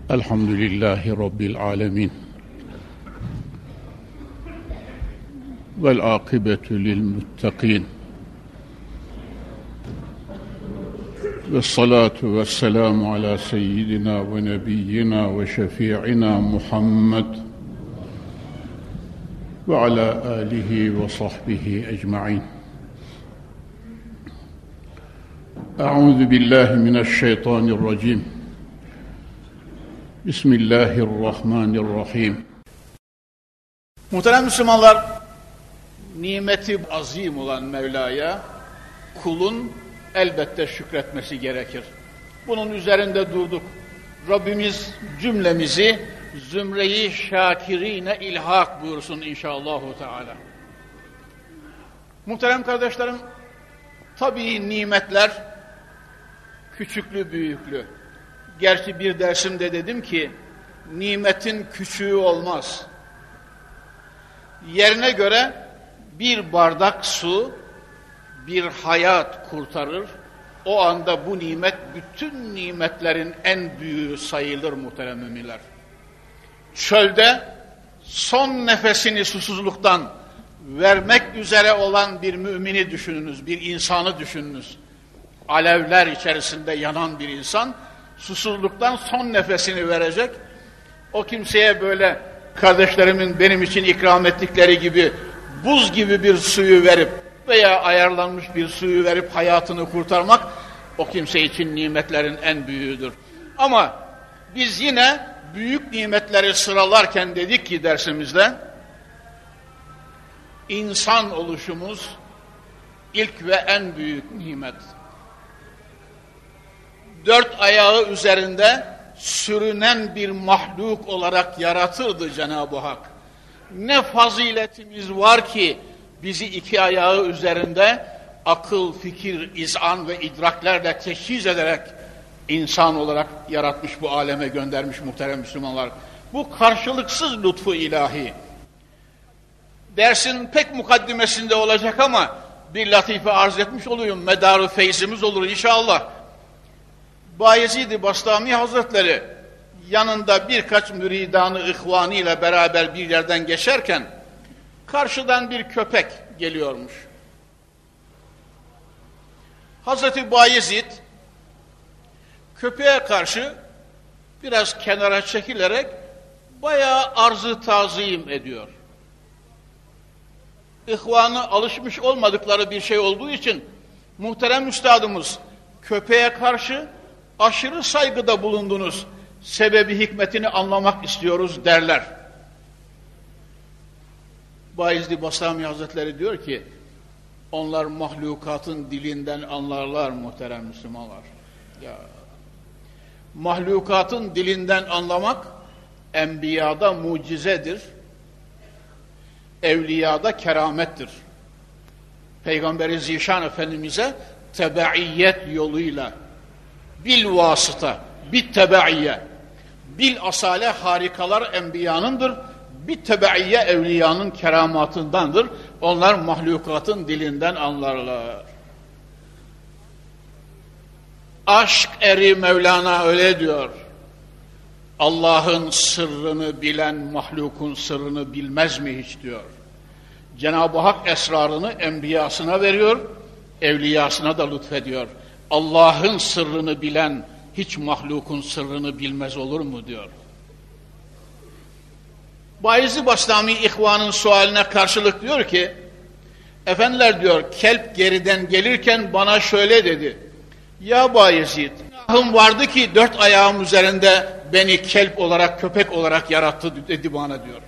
Elhamdülillahi Rabbil alemin. Vel akıbetu lil muttaqin. Ve salatu ve selamu ala seyyidina ve nebiyyina ve şefi'ina Muhammed ve ala alihi ve sahbihi ecma'in. Euzu billahi mineşşeytanirracim. Bismillahirrahmanirrahim. Muhterem Müslümanlar, nimeti azim olan Mevla'ya kulun elbette şükretmesi gerekir. Bunun üzerinde durduk. Rabbimiz cümlemizi zümre-i şakirine ilhak buyursun inşallahü teala. Muhterem kardeşlerim, tabii nimetler küçüklü büyüklü. Gerçi bir dersimde dedim ki, nimetin küçüğü olmaz. Yerine göre bir bardak su, bir hayat kurtarır. O anda bu nimet, bütün nimetlerin en büyüğü sayılır muhterem müminler. Çölde son nefesini susuzluktan vermek üzere olan bir mümini düşününüz, bir insanı düşününüz. Alevler içerisinde yanan bir insan, susuzluktan son nefesini verecek. O kimseye böyle kardeşlerimin benim için ikram ettikleri gibi buz gibi bir suyu verip veya ayarlanmış bir suyu verip hayatını kurtarmak o kimse için nimetlerin en büyüğüdür. Ama biz yine büyük nimetleri sıralarken dedik ki dersimizde, insan oluşumuz ilk ve en büyük nimet. 4 ayağı üzerinde sürünen bir mahluk olarak yaratırdı Cenab-ı Hak. Ne faziletimiz var ki bizi 2 ayağı üzerinde akıl, fikir, izan ve idraklerle teşhis ederek insan olarak yaratmış, bu aleme göndermiş muhterem Müslümanlar. Bu karşılıksız lütfu ilahi. Dersin pek mukaddimesinde olacak ama bir latife arz etmiş olayım. Medarı feyzimiz olur inşallah. Bayezid-i Bastami Hazretleri yanında birkaç müridanı ihvanı ile beraber bir yerden geçerken karşıdan bir köpek geliyormuş. Hazreti Bayezid köpeğe karşı biraz kenara çekilerek bayağı arz-ı tazim ediyor. İhvanı alışmış olmadıkları bir şey olduğu için muhterem üstadımız köpeğe karşı aşırı saygıda bulundunuz, sebebi hikmetini anlamak istiyoruz derler. Bayezid-i Bastami Hazretleri diyor ki, onlar mahlukatın dilinden anlarlar muhterem Müslümanlar. Ya, mahlukatın dilinden anlamak enbiyada mucizedir, evliyada keramettir. Peygamber-i Zişan Efendimiz'e tebeiyet yoluyla, bil vasıta, bit tebeiyye, bil asale harikalar enbiyanındır, bit tebeiyye evliyanın keramatındandır. Onlar mahlukatın dilinden anlarlar. Aşk eri Mevlana öyle diyor. Allah'ın sırrını bilen mahlukun sırrını bilmez mi hiç diyor. Cenab-ı Hak esrarını enbiyasına veriyor, evliyasına da lütfediyor. Allah'ın sırrını bilen hiç mahlukun sırrını bilmez olur mu diyor. Bayezid Bastami ihvanın sualine karşılık diyor ki, efendiler diyor, kelp geriden gelirken bana şöyle dedi. Ya Bayezid, günahım vardı ki 4 ayağım üzerinde beni kelp olarak, köpek olarak yarattı dedi bana diyor.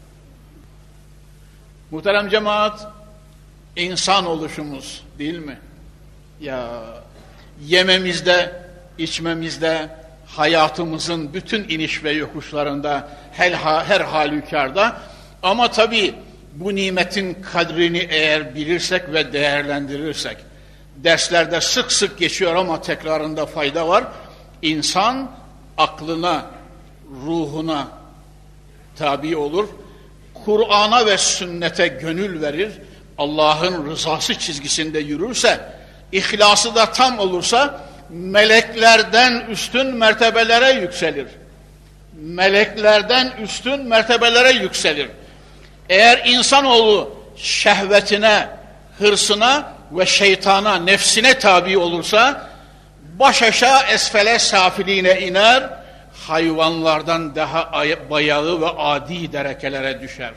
Muhterem cemaat, insan oluşumuz değil mi? Ya, yememizde, içmemizde, hayatımızın bütün iniş ve yokuşlarında, her halükarda, ama tabii bu nimetin kadrini eğer bilirsek ve değerlendirirsek, derslerde sık sık geçiyor ama tekrarında fayda var. İnsan aklına, ruhuna tabi olur, Kur'an'a ve sünnete gönül verir, Allah'ın rızası çizgisinde yürürse, İhlası da tam olursa meleklerden üstün mertebelere yükselir. meleklerden üstün mertebelere yükselir. Eğer insanoğlu şehvetine, hırsına ve şeytana, nefsine tabi olursa baş aşağı esfele safiliğine iner, hayvanlardan daha bayağı ve adi derekelere düşer.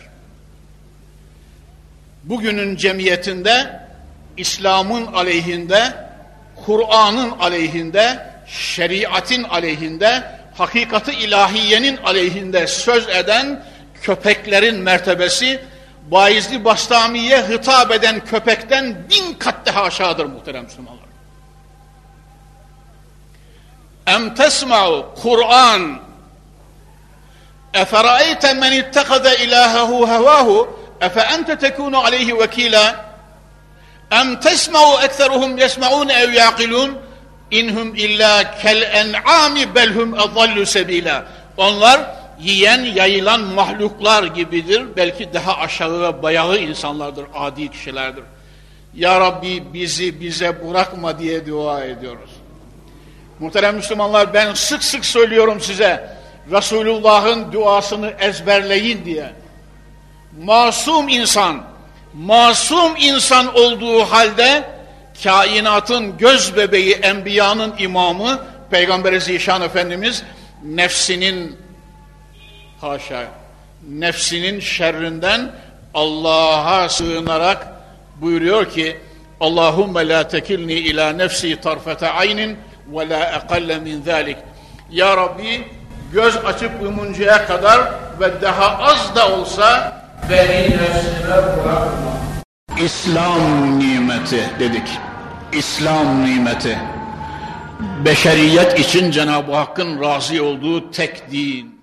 Bugünün cemiyetinde İslam'ın aleyhinde, Kur'an'ın aleyhinde, şeriatın aleyhinde, hakikat-ı ilahiyenin aleyhinde söz eden köpeklerin mertebesi, Baizli Bastami'ye hitap eden köpekten 1000 kat daha aşağıdır muhterem Müslümanlar. Em tesma'u Kur'an efera'eyte men ittehade ilahehu hevahu efe ente tekunu aleyhi vekila em tesma'u ekseruhum yesma'un ev yaqilun inhum illa kel en'ami belhum adallu sebila. Onlar yiyen, yayılan mahluklar gibidir. Belki daha aşağı ve bayağı insanlardır, adi kişilerdir. Ya Rabbi bize bırakma diye dua ediyoruz. Muhterem Müslümanlar, ben sık sık söylüyorum size, Resulullah'ın duasını ezberleyin diye. Masum insan olduğu halde kainatın göz bebeği, enbiyanın imamı Peygamber-i Zişan Efendimiz nefsinin şerrinden Allah'a sığınarak buyuruyor ki Allahümme la tekilni ila nefsi tarfete aynin ve la ekalle min zalik. Ya Rabbi, göz açıp uyumuncaya kadar ve daha az da olsa beni nefsime bırakma. İslam nimeti dedik. İslam nimeti. Beşeriyet için Cenab-ı Hakk'ın razı olduğu tek din.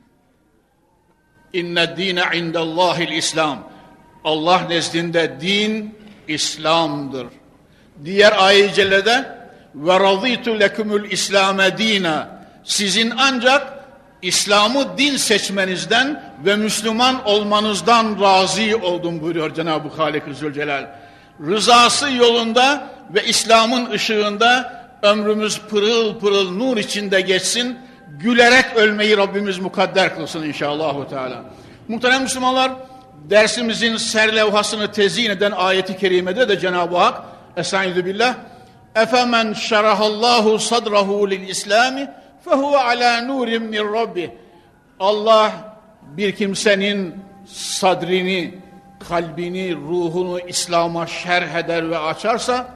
İnne dîne indellâhil İslam. Allah nezdinde din İslam'dır. Diğer ayet-i cellede ve razîtu lekumul İslâme dîne. Sizin ancak İslam'ı din seçmenizden ve Müslüman olmanızdan razı oldum buyuruyor Cenab-ı Halik-i Zülcelal. Rızası yolunda ve İslam'ın ışığında ömrümüz pırıl pırıl nur içinde geçsin. Gülerek ölmeyi Rabbimiz mukadder kılsın inşallahü teala. Muhterem Müslümanlar, dersimizin serlevhasını tezyin eden ayeti kerimede de Cenab-ı Hak Estaizu billah Efemen şerahallahu sadrahu lil İslami fehuve ala nurim min rabbih. Allah bir kimsenin sadrini, kalbini, ruhunu İslam'a şerh eder ve açarsa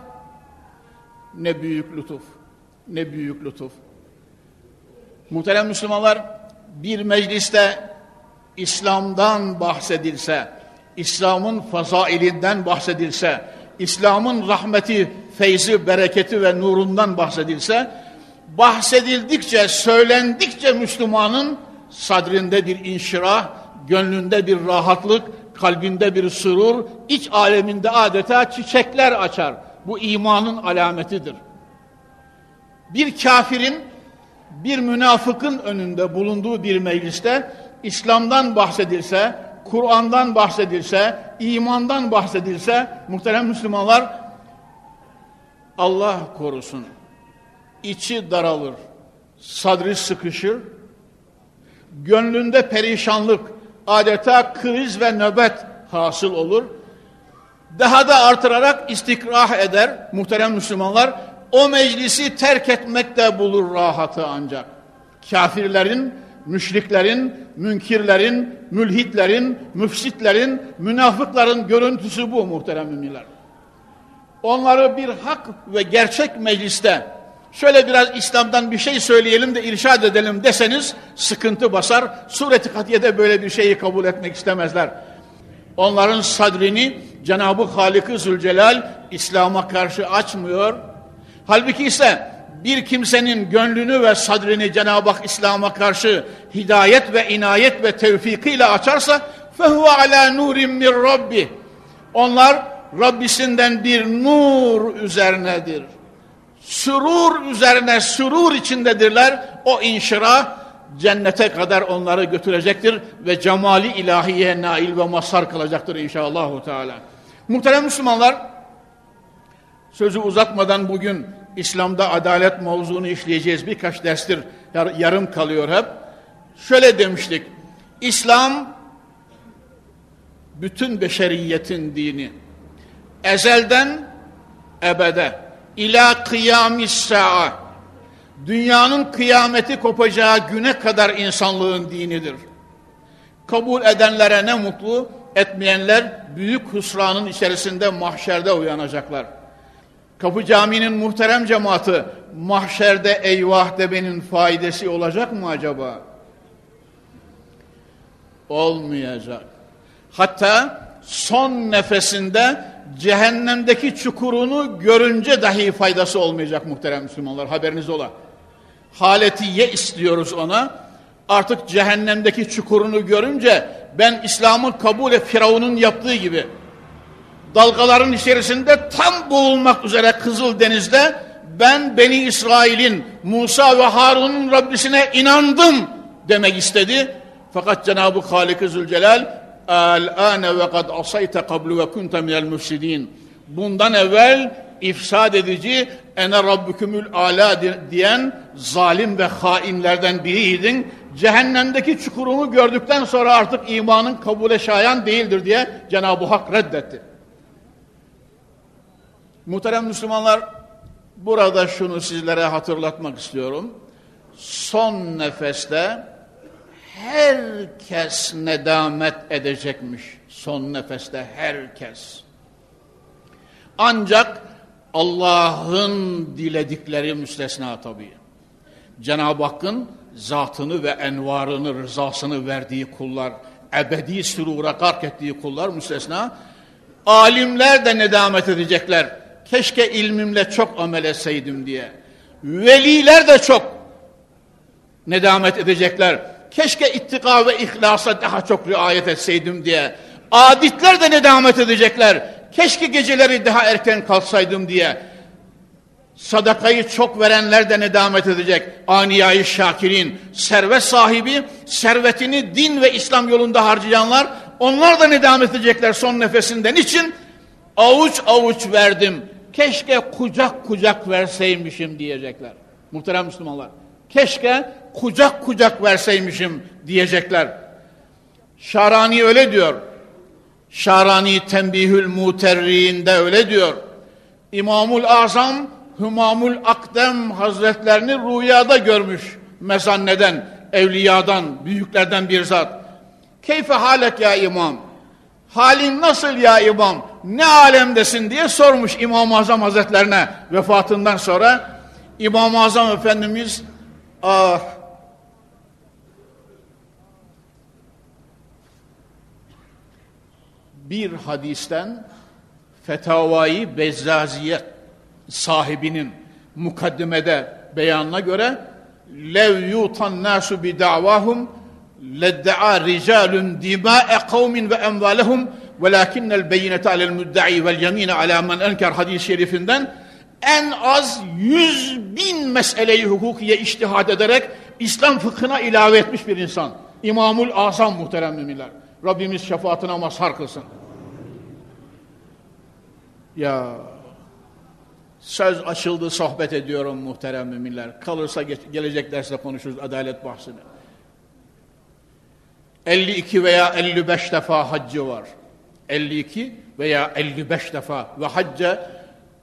ne büyük lütuf, ne büyük lütuf. Muhterem Müslümanlar, bir mecliste İslam'dan bahsedilse, İslam'ın fazailinden bahsedilse, İslam'ın rahmeti, feyzi, bereketi ve nurundan bahsedilse, bahsedildikçe, söylendikçe Müslümanın sadrinde bir inşirah, gönlünde bir rahatlık, kalbinde bir sürur, iç aleminde adeta çiçekler açar. Bu imanın alametidir. Bir kafirin, bir münafıkın önünde bulunduğu bir mecliste İslam'dan bahsedilse, Kur'an'dan bahsedilse, imandan bahsedilse, muhterem Müslümanlar, Allah korusun, içi daralır, sadri sıkışır, gönlünde perişanlık, adeta kriz ve nöbet hasıl olur. Daha da artırarak istikrah eder muhterem Müslümanlar. O meclisi terk etmekte bulur rahatı ancak. Kafirlerin, müşriklerin, münkirlerin, mülhitlerin, müfsitlerin, münafıkların görüntüsü bu muhterem müminler. Onları bir hak ve gerçek mecliste şöyle biraz İslam'dan bir şey söyleyelim de irşad edelim deseniz sıkıntı basar. Sure-i Katiye'de böyle bir şeyi kabul etmek istemezler. Onların sadrini Cenab-ı Halik-i Zülcelal İslam'a karşı açmıyor. Halbuki ise bir kimsenin gönlünü ve sadrini Cenab-ı Hak İslam'a karşı hidayet ve inayet ve tevfikiyle açarsa فَهُوَ عَلَى نُورٍ مِّنْ رَبِّهِ. Onlar Rabbisinden bir nur üzerinedir. Sürur üzerine sürur içindedirler. O inşirah cennete kadar onları götürecektir ve cemali ilahiye nail ve mazhar kılacaktır inşallahü teala. Muhterem Müslümanlar, sözü uzatmadan bugün İslam'da adalet mevzunu işleyeceğiz. Birkaç derstir yarım kalıyor hep. Şöyle demiştik, İslam bütün beşeriyetin dini. Ezelden ebede, ila kıyamis sa'a, dünyanın kıyameti kopacağı güne kadar insanlığın dinidir. Kabul edenlere ne mutlu, etmeyenler büyük hüsranın içerisinde mahşerde uyanacaklar. Kapı Camii'nin muhterem cemaati, mahşerde eyvah demenin faydası olacak mı acaba? Olmayacak. Hatta son nefesinde cehennemdeki çukurunu görünce dahi faydası olmayacak muhterem Müslümanlar, haberiniz ola. Haletiye istiyoruz ona. Artık cehennemdeki çukurunu görünce ben İslam'ı kabul et, Firavun'un yaptığı gibi dalgaların içerisinde tam boğulmak üzere Kızıldeniz'de ben Beni İsrail'in Musa ve Harun'un Rabbisine inandım demek istedi. Fakat Cenab-ı Halik-i Zülcelal el-âne ve kad asayte kablu ve kunte minel müfsidin, bundan evvel ifsad edici ene rabbükümül âlâ diyen zalim ve hainlerden biriydin. Cehennemdeki çukurunu gördükten sonra artık imanın kabule şayan değildir diye Cenab-ı Hak reddetti. Muhterem Müslümanlar, burada şunu sizlere hatırlatmak istiyorum. Son nefeste herkes nedamet edecekmiş. Son nefeste herkes. Ancak Allah'ın diledikleri müstesna tabii. Cenab-ı Hakk'ın zatını ve envarını, rızasını verdiği kullar, ebedi sürura gark ettiği kullar müstesna. Alimler de nedamet edecekler. Keşke ilmimle çok amel etseydim diye. Veliler de çok nedamet edecekler. Keşke ittika ve ihlasa daha çok riayet etseydim diye. Aditler de nedamet edecekler. Keşke geceleri daha erken kalksaydım diye. Sadakayı çok verenler de nedamet edecek. Aniyayı şakirin, servet sahibi, servetini din ve İslam yolunda harcayanlar, onlar da nedamet edecekler son nefesinden. Niçin? Avuç avuç verdim. Keşke kucak kucak verseymişim diyecekler. Muhterem Müslümanlar, keşke kucak kucak verseymişim diyecekler. Şarani öyle diyor. Şarani Tembihül Muterri'inde öyle diyor. İmamul Azam Hümamul Akdem Hazretlerini rüyada görmüş mezanneden, evliyadan, büyüklerden bir zat. Keyfe halek ya imam? Halin nasıl ya imam? Ne alemdesin diye sormuş İmam-ı Azam Hazretlerine vefatından sonra. İmam-ı Azam Efendimiz bir hadisten Fetavai Bezzaziye sahibinin mukaddimede beyanına göre lev yutan nasu bi da'vahum ledda'a ricalun dima'e kavmin ve emvalehum velakinnel beyinete alel müdda'i vel yemine ala men enker hadis-i şerifinden en az 100.000 meseleyi hukukiye içtihad ederek İslam fıkhına ilave etmiş bir insan. İmamul Azam muhterem müminler. Rabbimiz şefaatine mazhar kılsın. Ya söz açıldı, sohbet ediyorum muhterem müminler. Kalırsa gelecek derste konuşuruz adalet bahsini. 52 veya 55 defa haccı var. 52 veya 55 defa ve hacca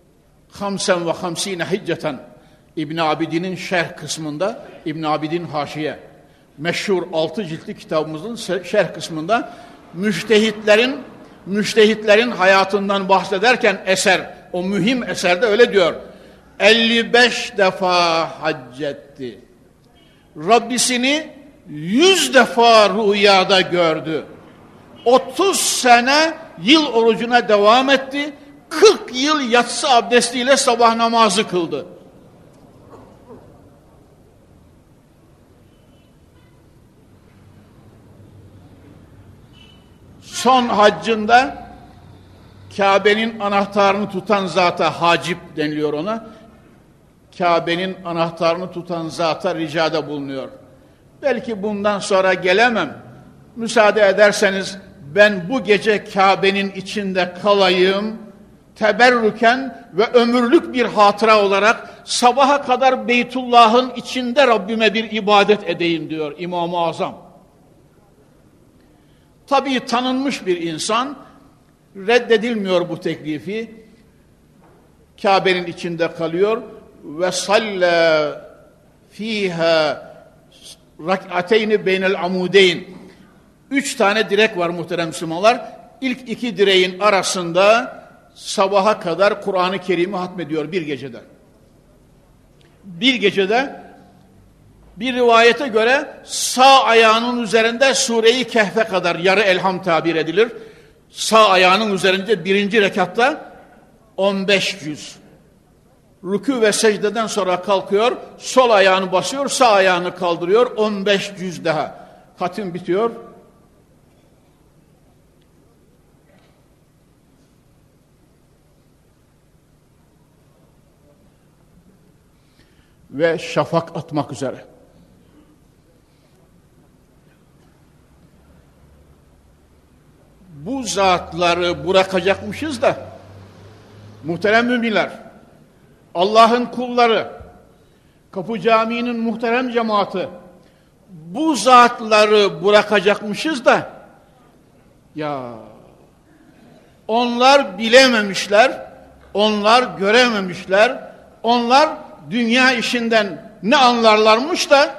55 hicceten. İbn Abidin'in şerh kısmında, İbn Abidin haşiye, meşhur 6 ciltli kitabımızın şerh kısmında müştehitlerin hayatından bahsederken eser, o mühim eserde öyle diyor. 55 defa hac etti. Rabbisini 100 defa rüyada gördü. 30 sene yıl orucuna devam etti. 40 yıl yatsı abdestiyle sabah namazı kıldı. Son haccında Kabe'nin anahtarını tutan zata, hacip deniliyor ona. Kabe'nin anahtarını tutan zata ricada bulunuyor. Belki bundan sonra gelemem. Müsaade ederseniz ben bu gece Kabe'nin içinde kalayım. teberrüken ve ömürlük bir hatıra olarak sabaha kadar Beytullah'ın içinde Rabbime bir ibadet edeyim diyor İmam-ı Azam. Tabii tanınmış bir insan, reddedilmiyor bu teklifi. Kabe'nin içinde kalıyor ve salle fiha rak'ateyni beynel amudeyn. 3 tane direk var muhterem Müslümanlar. İlk 2 direğin arasında sabaha kadar Kur'an-ı Kerim'i hatmediyor bir gecede. Bir gecede bir rivayete göre sağ ayağının üzerinde Sure-i Kehf'e kadar yarı elham tabir edilir. Sağ ayağının üzerinde 1. rekatta 15 cüz. Rükû ve secdeden sonra kalkıyor, sol ayağını basıyor, sağ ayağını kaldırıyor, 15 cüz daha. Hatim bitiyor. Ve şafak atmak üzere. Bu zatları bırakacakmışız da muhterem müminler, Allah'ın kulları, Kapı Camii'nin muhterem cemaati, bu zatları bırakacakmışız da ya onlar bilememişler, onlar görememişler, onlar dünya işinden ne anlarlarmış da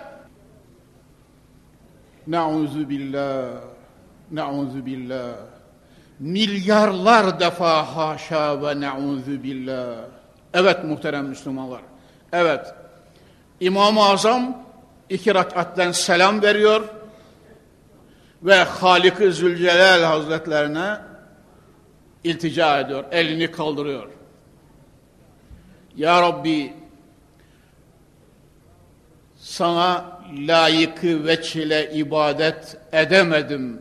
Nauzu billah, nauzu billah, milyarlar defa haşa ve nauzu billah. Evet muhterem Müslümanlar, evet. İmam-ı Azam 2 rakatten selam veriyor ve Halik-i Zülcelal Hazretlerine iltica ediyor, elini kaldırıyor. Ya Rabbi, sana layıkı veçile ibadet edemedim.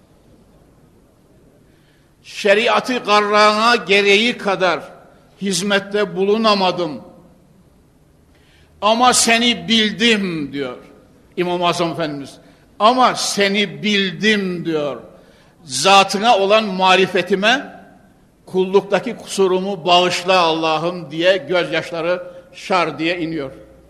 Şeriatı garrana gereği kadar hizmette bulunamadım. Ama seni bildim diyor İmam-ı Azam Efendimiz. Ama seni bildim diyor. Zatına olan marifetime, kulluktaki kusurumu bağışla Allah'ım diye gözyaşları şar diye iniyor.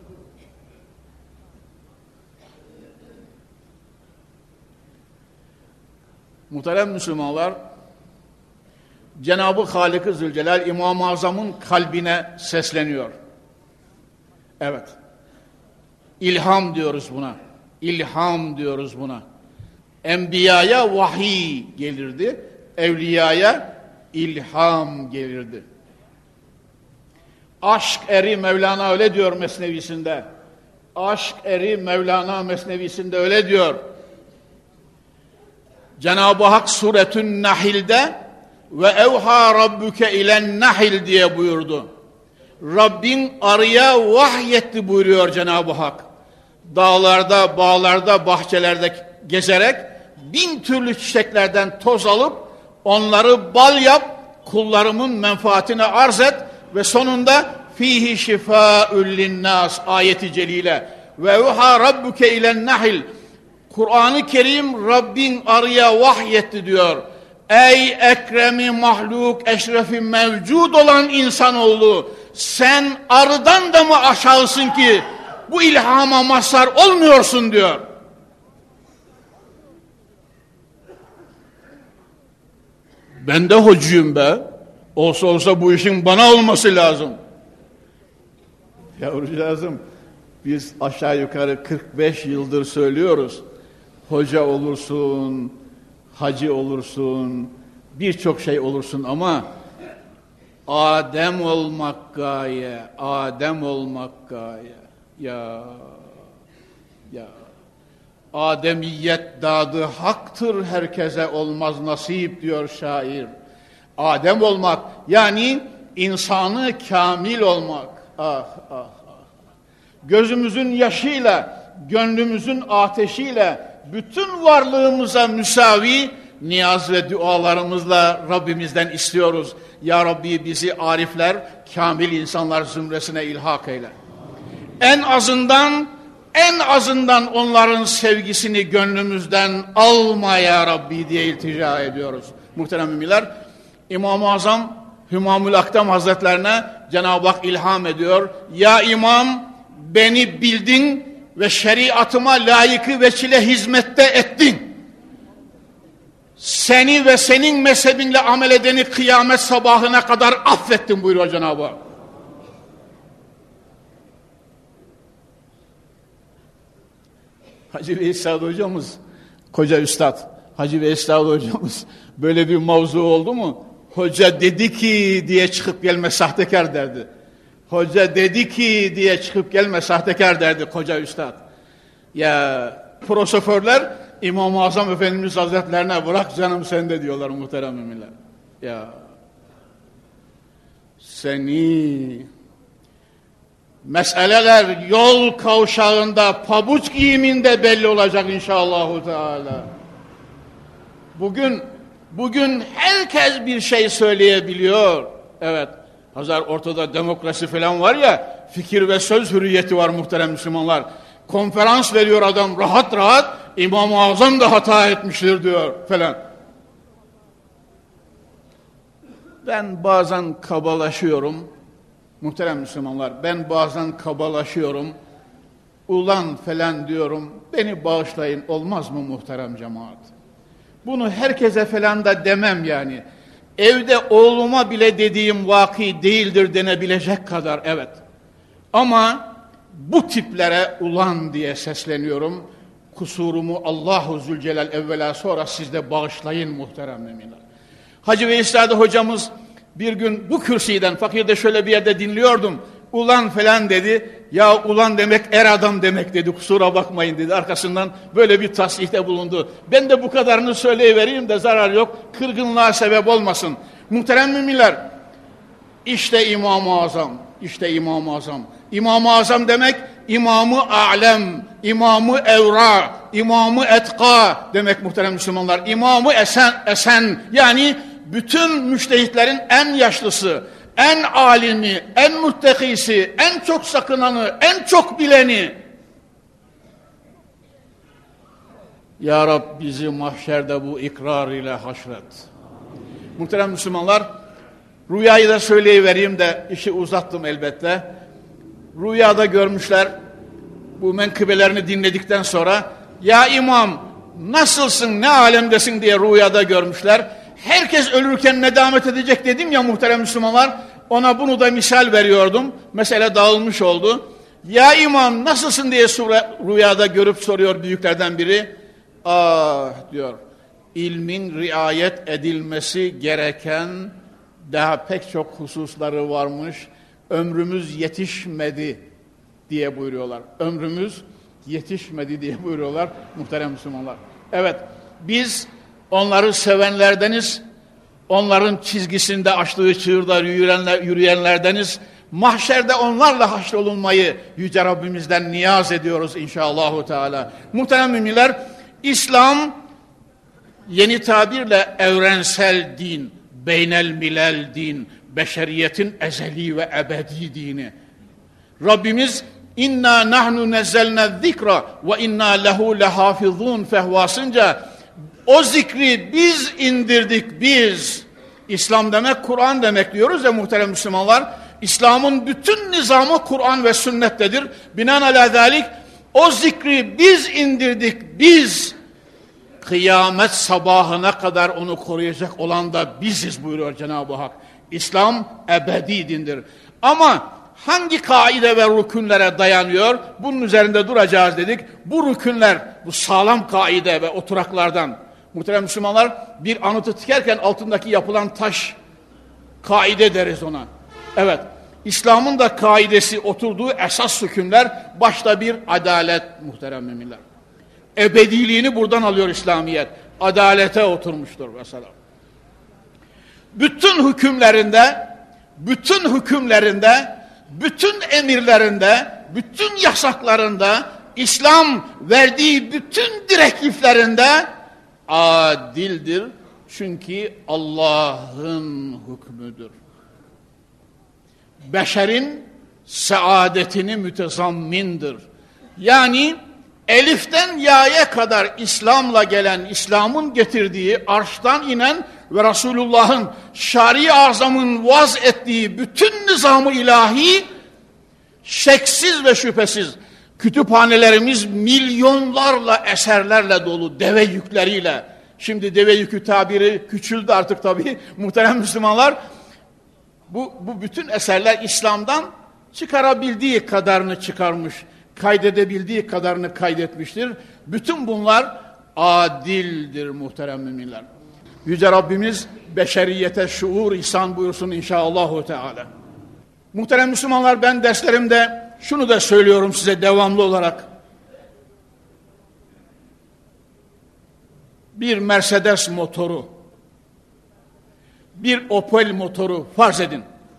Muhterem Müslümanlar, Cenab-ı Halik-i Zülcelal İmam-ı Azam'ın kalbine sesleniyor. Evet. İlham diyoruz buna. İlham diyoruz buna. Enbiyaya vahiy gelirdi. Evliyaya ilham gelirdi. Aşk eri Mevlana öyle diyor Mesnevisinde. Aşk eri Mevlana Mesnevisinde öyle diyor. Cenab-ı Hak Suretün Nahil'de ve evha rabbuke ilen nahil diye buyurdu. Rabbin arıya vahyetti buyuruyor Cenab-ı Hak. Dağlarda, bağlarda, bahçelerde gezerek 1000 türlü çiçeklerden toz alıp onları bal yap, kullarımın menfaatine arz et ve sonunda fihi şifaa'ül linnâs ayeti celile ve evha rabbuke ilen nahil. Kur'an-ı Kerim Rabbin arıya vahyetti diyor. Ey ekremi mahluk, eşrefi mevcud olan insanoğlu, sen arıdan da mı aşağısın ki bu ilhama mazhar olmuyorsun diyor. Ben de hocuyum be. Olsa olsa bu işin bana olması lazım. Yavrucağızım, biz aşağı yukarı 45 yıldır söylüyoruz. Hoca olursun, hacı olursun, birçok şey olursun ama Adem olmak gaye, Adem olmak gaye. Ya Ademiyet dadı haktır, herkese olmaz nasip diyor şair. Adem olmak yani insanı kamil olmak. Ah ah ah. Gözümüzün yaşıyla, gönlümüzün ateşiyle bütün varlığımıza müsavi niyaz ve dualarımızla Rabbimizden istiyoruz. Ya Rabbi bizi arifler, kamil insanlar zümresine ilhak eyle. En azından onların sevgisini gönlümüzden alma ya Rabbi diye iltica ediyoruz. Muhterem müminler, İmam-ı Azam Hümamül Akdam Hazretlerine Cenab-ı Hak ilham ediyor. Ya imam, beni bildin ve şeriatıma layıkı veçile hizmette ettin. Seni ve senin mezhebinle amel edeni kıyamet sabahına kadar affettim buyuruyor Cenab-ı Hak. Hacı Veysel hocamız, koca üstad, Hacı Veysel hocamız böyle bir mavzu oldu mu? Hoca dedi ki diye çıkıp gelme sahtekar derdi. Hoca dedi ki diye çıkıp gelme sahtekar derdi koca üstad. Ya prosoförler İmam-ı Azam Efendimiz Hazretlerine bırak canım sende diyorlar muhterem müminler. Ya seni meseleler yol kavşağında pabuç giyiminde belli olacak inşallahu teala. Bugün herkes bir şey söyleyebiliyor. Evet. Hazır ortada demokrasi falan var ya, fikir ve söz hürriyeti var muhterem Müslümanlar. Konferans veriyor adam rahat rahat, İmam-ı Azam da hata etmiştir diyor falan. Ben bazen kabalaşıyorum. Muhterem Müslümanlar, ben bazen kabalaşıyorum. Ulan falan diyorum. Beni bağışlayın, olmaz mı muhterem cemaat? Bunu herkese falan da demem yani. Evde oğluma bile dediğim vaki değildir denebilecek kadar, evet. Ama bu tiplere ulan diye sesleniyorum. Kusurumu Allahu Zülcelal evvela sonra siz de bağışlayın muhterem müminler. Hacı Veysel hocamız bir gün bu kürsüden fakirde şöyle bir yerde dinliyordum. Ulan falan dedi. Ya ulan demek er adam demek dedi. Kusura bakmayın dedi. Arkasından böyle bir tasrihte bulundu. Ben de bu kadarını söyleyivereyim de zarar yok. Kırgınlığa sebep olmasın. Muhterem müminler, işte İmam-ı Azam. İşte İmam-ı Azam. İmam-ı Azam demek İmam-ı Alem, İmam-ı Evra, İmam-ı Etka demek muhterem Müslümanlar. İmam-ı Esen yani bütün müştehitlerin en yaşlısı, en alimi, en muttekisi, en çok sakınanı, en çok bileni. Ya Rab bizi mahşerde bu ikrar ile haşret. Muhterem Müslümanlar, rüyayı da söyleyivereyim de işi uzattım elbette. Rüyada görmüşler, bu menkıbelerini dinledikten sonra, ya imam nasılsın, ne alemdesin diye rüyada görmüşler. Herkes ölürken nedamet edecek dedim ya muhterem Müslümanlar, ona bunu da misal veriyordum. Mesele dağılmış oldu. Ya imam nasılsın diye rüyada görüp soruyor büyüklerden biri. Ah diyor, ilmin riayet edilmesi gereken daha pek çok hususları varmış. Ömrümüz yetişmedi diye buyuruyorlar. Ömrümüz yetişmedi diye buyuruyorlar muhterem Müslümanlar. Evet, biz onları sevenlerdeniz, onların çizgisinde açtığı çığırda yürüyenlerdeniz. Mahşerde onlarla haşrolunmayı Yüce Rabbimizden niyaz ediyoruz inşallahü teala. Muhterem müminler, İslam yeni tabirle evrensel din, beynel milel din, beşeriyetin ezeli ve ebedi dini. Rabbimiz inna nahnu nezzelne zikra ve inna lehu lehafizun fehvasınca o zikri biz indirdik biz. İslam demek Kur'an demek diyoruz ya muhterem Müslümanlar. İslam'ın bütün nizamı Kur'an ve sünnettedir. Binaenaleyh zalik o zikri biz indirdik biz. Kıyamet sabahına kadar onu koruyacak olan da biziz buyuruyor Cenab-ı Hak. İslam ebedi dindir. Ama hangi kaide ve rükünlere dayanıyor? Bunun üzerinde duracağız dedik. Bu rükünler, bu sağlam kaide ve oturaklardan. Muhterem Müslümanlar, bir anıtı tikerken altındaki yapılan taş kaide deriz ona. Evet, İslam'ın da kaidesi oturduğu esas hükümler, başta bir adalet muhterem müminler. Ebediliğini buradan alıyor İslamiyet. Adalete oturmuştur mesela. Bütün hükümlerinde, bütün emirlerinde, bütün yasaklarında, İslam verdiği bütün direktiflerinde adildir. Çünkü Allah'ın hükmüdür. Beşerin saadetini mütezammindir. Yani Elif'ten Ya'ya kadar İslam'la gelen, İslam'ın getirdiği, arştan inen ve Resulullah'ın Şari-i Azam'ın vaz ettiği bütün nizam-ı ilahi şeksiz ve şüphesiz kütüphanelerimiz milyonlarla eserlerle dolu, deve yükleriyle. Şimdi deve yükü tabiri küçüldü artık tabii muhterem Müslümanlar. Bu bütün eserler İslam'dan çıkarabildiği kadarını çıkarmış, kaydedebildiği kadarını kaydetmiştir. Bütün bunlar adildir muhterem müminler. Yüce Rabbimiz beşeriyete şuur ihsan buyursun inşallahü teala. Muhterem Müslümanlar, ben derslerimde şunu da söylüyorum size devamlı olarak. Bir Mercedes motoru, bir Opel motoru farz edin.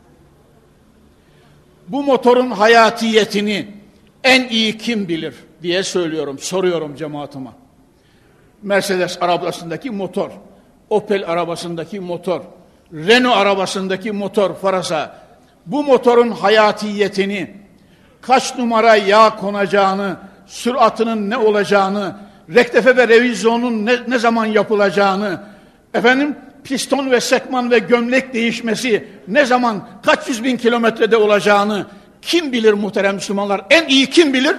Bu motorun hayatiyetini en iyi kim bilir diye söylüyorum, soruyorum cemaatime. Mercedes arabasındaki motor, Opel arabasındaki motor, Renault arabasındaki motor faraza, bu motorun hayatiyetini, kaç numara yağ konacağını, süratının ne olacağını, rektefe ve revizyonun ne zaman yapılacağını, piston ve sekman ve gömlek değişmesi ne zaman, kaç yüz bin kilometrede olacağını kim bilir muhterem Müslümanlar? En iyi kim bilir?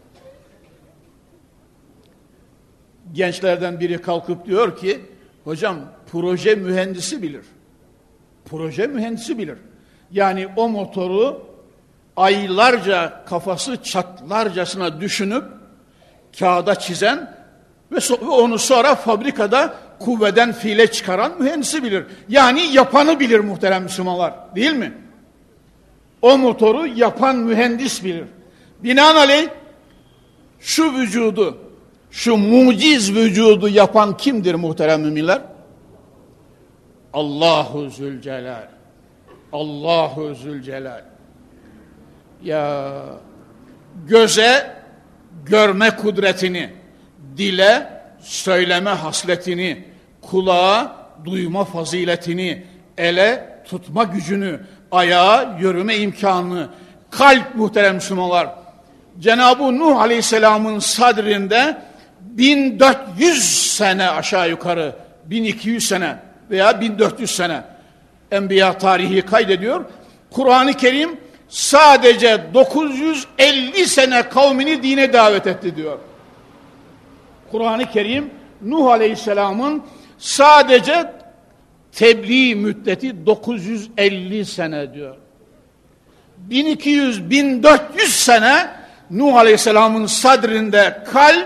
Gençlerden biri kalkıp diyor ki, hocam proje mühendisi bilir. Proje mühendisi bilir. Yani o motoru aylarca kafası çatlarcasına düşünüp kağıda çizen ve onu sonra fabrikada kuvveden fiile çıkaran mühendisi bilir. Yani yapanı bilir muhterem Müslümanlar, değil mi? O motoru yapan mühendis bilir. Binaenaleyh şu vücudu, şu muciz vücudu yapan kimdir muhterem müminler? Allahu Zülcelal. Allahu Zülcelal. Ya göze görme kudretini, dile söyleme hasletini, kulağa duyma faziletini, ele tutma gücünü, ayağa yürüme imkanını, kalp muhterem Müslümanlar. Cenab-ı Nuh Aleyhisselam'ın sadrinde 1400 sene aşağı yukarı, 1200 sene veya 1400 sene Enbiya tarihi kaydediyor. Kur'an-ı Kerim sadece 950 sene kavmini dine davet etti diyor. Kur'an-ı Kerim Nuh Aleyhisselam'ın sadece tebliğ müddeti 950 sene diyor. 1200-1400 sene Nuh Aleyhisselam'ın sadrinde kalp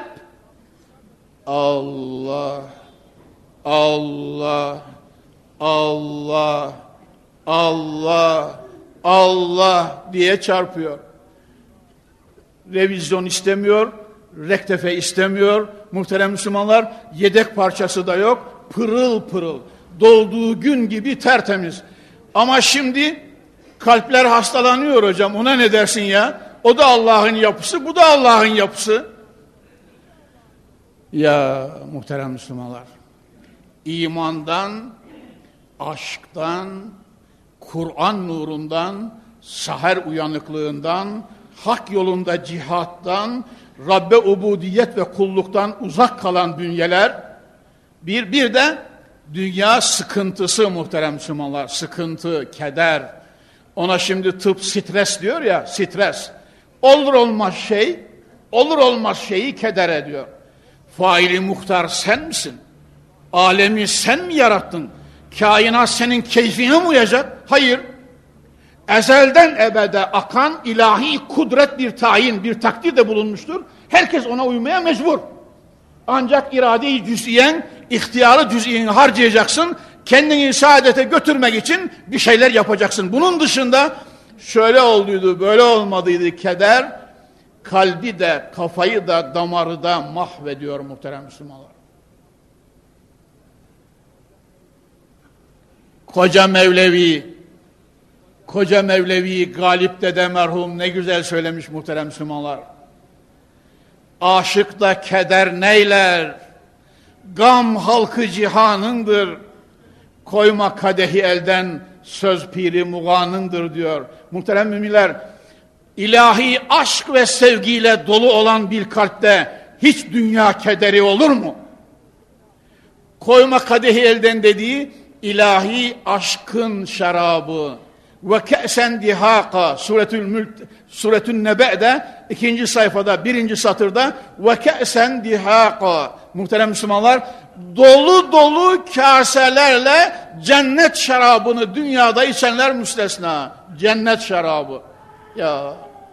Allah, Allah, Allah, Allah, Allah diye çarpıyor. Revizyon istemiyor, rektefe istemiyor. Muhterem Müslümanlar, yedek parçası da yok. Pırıl pırıl, dolduğu gün gibi tertemiz. Ama şimdi kalpler hastalanıyor hocam. Ona ne dersin ya? O da Allah'ın yapısı, bu da Allah'ın yapısı. Ya muhterem Müslümanlar, imandan, aşktan, Kur'an nurundan, saher uyanıklığından, hak yolunda cihattan, Rabbe ubudiyet ve kulluktan uzak kalan bünyeler, bir de dünya sıkıntısı muhterem Müslümanlar, sıkıntı, keder. Ona şimdi tıp stres diyor ya, stres. Olur olmaz şeyi keder ediyor. Faili muhtar sen misin? Alemi sen mi yarattın? Kainat senin keyfine mi uyacak? Hayır. Ezelden ebede akan ilahi kudret bir tayin, bir takdir de bulunmuştur. Herkes ona uymaya mecbur. Ancak irade-i cüz'iyen, ihtiyarı cüz'iyeni harcayacaksın. Kendini saadete götürmek için bir şeyler yapacaksın. Bunun dışında şöyle olduydu, böyle olmadıydı keder, kalbi de, kafayı da, damarı da mahvediyor muhterem Müslümanlar. Koca Mevlevi Galip Dede merhum ne güzel söylemiş muhterem Müslümanlar. Aşıkta keder neyler, gam halkı cihanındır, koyma kadehi elden, söz piri muganındır diyor. Muhterem müminler, ilahi aşk ve sevgiyle dolu olan bir kalpte hiç dünya kederi olur mu? Koyma kadehi elden dediği ilahi aşkın şarabı. Ve ke'sen dihaka Suretün Nebe'de 2. sayfada 1. satırda ve ke'sen dihaka, muhterem Müslümanlar, dolu dolu kaselerle cennet şarabını dünyada içenler müstesna. Cennet şarabı. Ya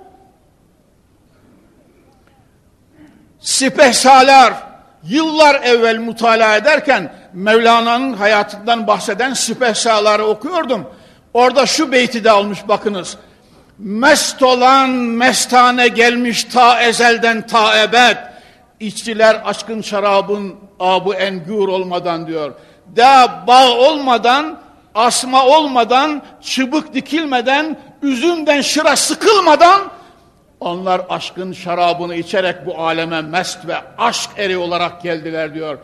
Sipehsalar, yıllar evvel mutala ederken Mevlana'nın hayatından bahseden Sipehsaları okuyordum. Orada şu beyti de almış bakınız. Mest olan mestane gelmiş ta ezelden ta ebed. İçtiler aşkın şarabın abı engür olmadan diyor. Da bağ olmadan, asma olmadan, çıbık dikilmeden, üzümden şıra sıkılmadan onlar aşkın şarabını içerek bu aleme mest ve aşk eri olarak geldiler diyor.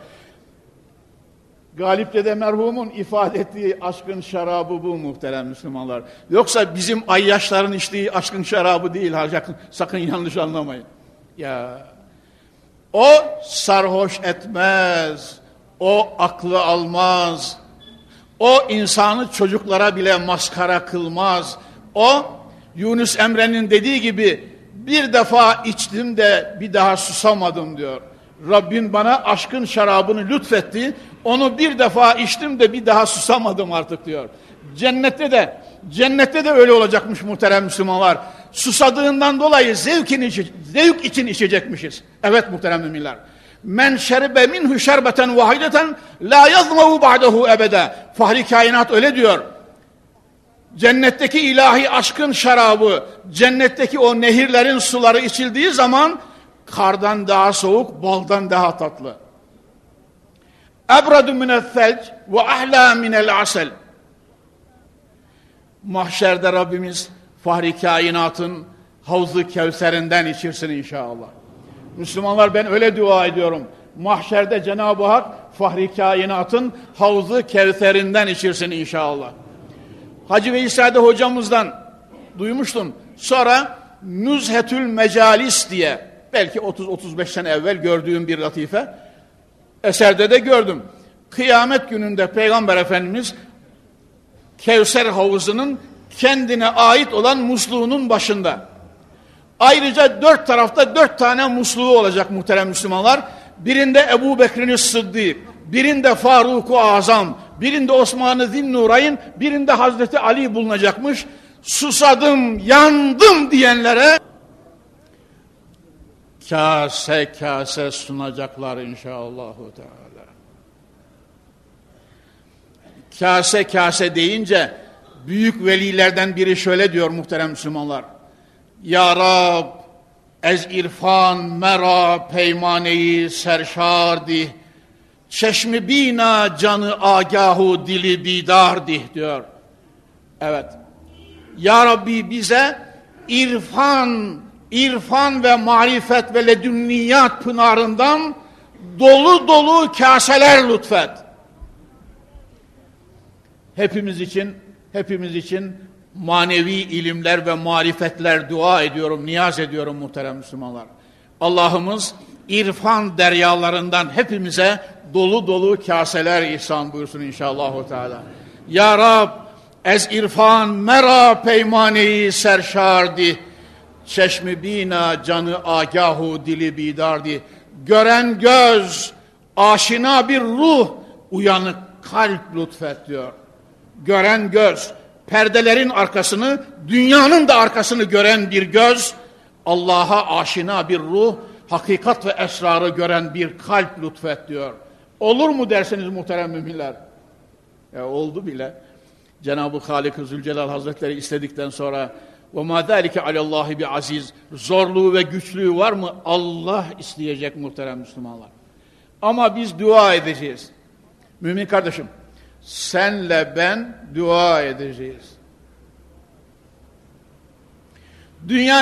Galip Dede merhumun ifade ettiği aşkın şarabı bu muhterem Müslümanlar. Yoksa bizim ayyaşların içtiği aşkın şarabı değil. Sakın yanlış anlamayın. Ya o sarhoş etmez. O aklı almaz. O insanı çocuklara bile maskara kılmaz. O Yunus Emre'nin dediği gibi bir defa içtim de bir daha susamadım diyor. Rabbin bana aşkın şarabını lütfetti. Onu bir defa içtim de bir daha susamadım artık diyor. Cennette de öyle olacakmış muhterem Müslümanlar. Susadığından dolayı zevk için içecekmişiz. Evet muhterem müminler. Men şeribe minhu şerbeten vahideten la yazmahu ba'dahu ebede. Fahri kainat öyle diyor. Cennetteki ilahi aşkın şarabı, cennetteki o nehirlerin suları içildiği zaman kardan daha soğuk, baldan daha tatlı. Ebradu minel felc ve ahla minel asel. Mahşerde Rabbimiz Fahri kainatın Havz-ı Kevser'inden içirsin inşallah. Müslümanlar, ben öyle dua ediyorum. Mahşerde Cenab-ı Hak Fahri kainatın Havz-ı Kevser'inden içirsin inşallah. Hacı Veysade hocamızdan duymuştum. Sonra Nüzhetül Mecalis diye, belki 30-35 sene evvel gördüğüm bir latife, eserde de gördüm. Kıyamet gününde Peygamber Efendimiz Kevser havuzunun kendine ait olan musluğunun başında. Ayrıca 4 tarafta 4 tane musluğu olacak muhterem Müslümanlar. Birinde Ebu Bekir'in Sıddık, birinde Faruk-u Azam, birinde Osman-ı Zinnurayn, birinde Hazreti Ali bulunacakmış. Susadım, yandım diyenlere kase kase sunacaklar inşallahü teala. Kase kase deyince büyük velilerden biri şöyle diyor muhterem Müslümanlar. Ya Rab, ez irfan mera peymaneyi serşardi, çeşmi bina canı agahu dili bidardi diyor. Evet. Ya Rabbi, bize irfan ve marifet ve ledünniyat pınarından dolu dolu kaseler lütfet. Hepimiz için manevi ilimler ve marifetler dua ediyorum, niyaz ediyorum muhterem Müslümanlar. Allah'ımız irfan deryalarından hepimize dolu dolu kaseler ihsan buyursun inşallah teala. Ya Rab, ez irfan mera peymaneyi serşardi, çeşmi bina canı agahu dili bidardi. Gören göz, aşina bir ruh, uyanık kalp lütfet diyor. Gören göz, perdelerin arkasını, dünyanın da arkasını gören bir göz, Allah'a aşina bir ruh, hakikat ve esrarı gören bir kalp lütfet diyor. Olur mu dersiniz muhterem müminler? Oldu bile. Cenab-ı Halik-i Zülcelal Hazretleri istedikten sonra وَمَا ذَٰلِكَ عَلَى اللّٰهِ بِعَز۪يزٍ, zorluğu ve güçlüğü var mı? Allah isteyecek muhterem Müslümanlar. Ama biz dua edeceğiz. Mümin kardeşim, senle ben dua edeceğiz. Dünya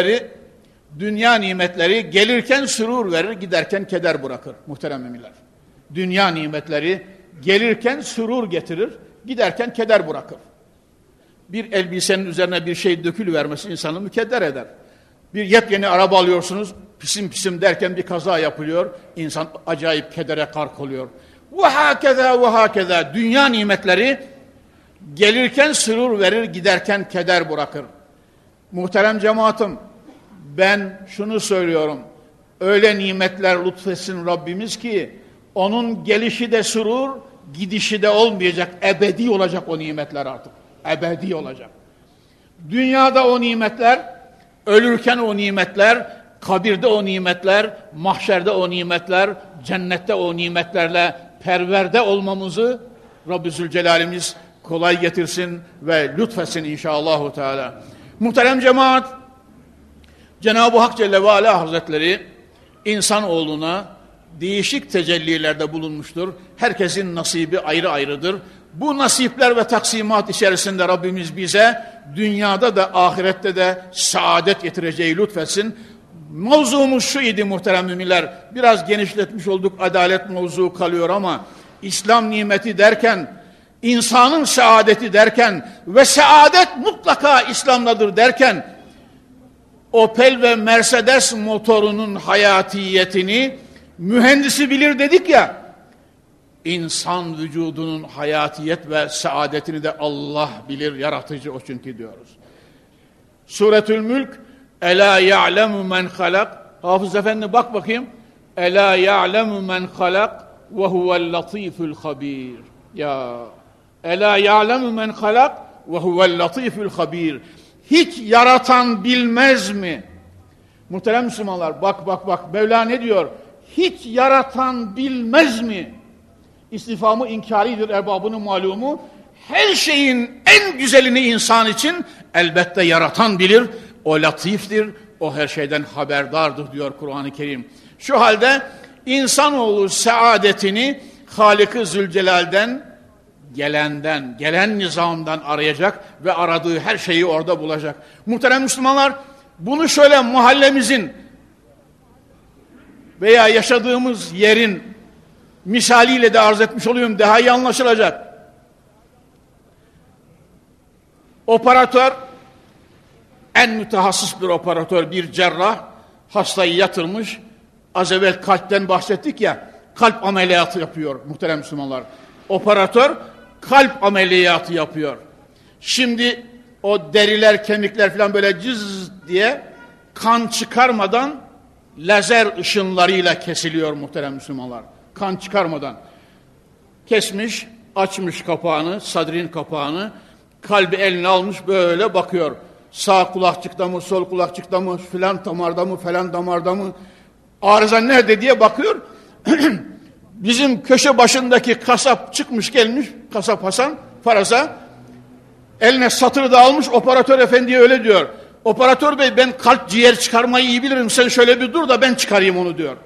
nimetleri gelirken sürur verir, giderken keder bırakır muhterem müminler. Dünya nimetleri gelirken sürur getirir, giderken keder bırakır. Bir elbisenin üzerine bir şey dökülüvermesi insanı mükedder eder. Bir yepyeni araba alıyorsunuz, pisim pisim derken bir kaza yapılıyor, insan acayip kedere gark oluyor. Ve hakeza ve hakeza, dünya nimetleri gelirken sürur verir, giderken keder bırakır. Muhterem cemaatim, ben şunu söylüyorum, öyle nimetler lütfetsin Rabbimiz ki, onun gelişi de sürur, gidişi de olmayacak, ebedi olacak o nimetler artık, ebedi olacak. Dünyada o nimetler, ölürken o nimetler, kabirde o nimetler, mahşerde o nimetler, cennette o nimetlerle perverde olmamızı Rabbi Zülcelal'imiz kolay getirsin ve lütfetsin inşallahü teala. Muhterem cemaat, Cenab-ı Hak Celle ve Ala Hazretleri insanoğluna değişik tecellilerde bulunmuştur. Herkesin nasibi ayrı ayrıdır. Bu nasipler ve taksimat içerisinde Rabbimiz bize dünyada da ahirette de saadet getireceği lütfetsin. Mevzumuz şu idi muhterem müminler. Biraz genişletmiş olduk, adalet mevzu kalıyor ama İslam nimeti derken, insanın saadeti derken ve saadet mutlaka İslam'dadır derken, Opel ve Mercedes motorunun hayatiyetini mühendisi bilir dedik ya, insan vücudunun hayatiyet ve saadetini de Allah bilir, yaratıcı o çünkü diyoruz. Suretül Mülk, Ela ya'lemu men halak. Hafız Efendi bak bakayım. Ela ya'lemu men halak ve huvel latiful habir. Ya Ela ya'lemu men halak ve huvel latiful habir. Hiç yaratan bilmez mi? Muhterem Müslümanlar bak Mevla ne diyor? Hiç yaratan bilmez mi? İstifamı inkaridir erbabının malumu. Her şeyin en güzelini insan için elbette yaratan bilir. O latiftir, o her şeyden haberdardır diyor Kur'an-ı Kerim. Şu halde insanoğlu saadetini Halik-i Zülcelal'den, gelen nizamdan arayacak ve aradığı her şeyi orada bulacak. Muhterem Müslümanlar, bunu şöyle mahallemizin veya yaşadığımız yerin misaliyle de arz etmiş oluyorum, daha iyi anlaşılacak. Operatör, en mütehassıs bir operatör, bir cerrah, hastayı yatırmış. Az evvel kalpten bahsettik ya, kalp ameliyatı yapıyor muhterem Müslümanlar. Operatör kalp ameliyatı yapıyor. Şimdi o deriler, kemikler falan böyle cız diye kan çıkarmadan lazer ışınlarıyla kesiliyor muhterem Müslümanlar. Kan çıkarmadan. Kesmiş, açmış kapağını, sadrin kapağını, kalbi eline almış böyle bakıyor. Sağ kulakçıkta mı, sol kulakçıkta mı, filan damarda mı, falan damarda mı, arıza nerede diye bakıyor. Bizim köşe başındaki kasap çıkmış gelmiş, kasap Hasan faraza, eline satırı da almış, operatör efendiye öyle diyor. Operatör bey, ben kalp ciğer çıkarmayı iyi bilirim, sen şöyle bir dur da ben çıkarayım onu diyor.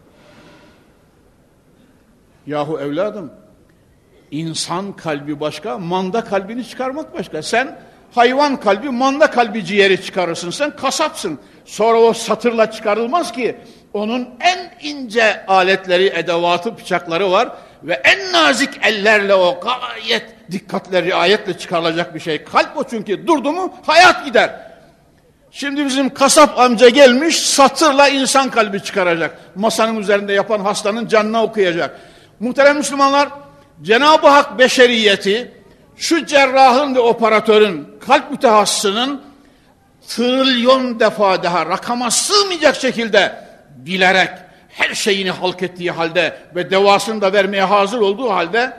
Yahu evladım, insan kalbi başka, manda kalbini çıkarmak başka. Sen hayvan kalbi, manda kalbi ciğeri çıkarırsın, sen kasapsın. Sonra o satırla çıkarılmaz ki, onun en ince aletleri, edevatı, bıçakları var ve en nazik ellerle o gayet dikkatle, riayetle çıkarılacak bir şey. Kalp o çünkü, durdu mu hayat gider. Şimdi bizim kasap amca gelmiş, satırla insan kalbi çıkaracak. Masanın üzerinde yapan hastanın canına okuyacak. Muhterem Müslümanlar, Cenab-ı Hak beşeriyeti, şu cerrahın ve operatörün, kalp mütehassısının trilyon defa daha rakama sığmayacak şekilde bilerek, her şeyini halk ettiği halde ve devasını da vermeye hazır olduğu halde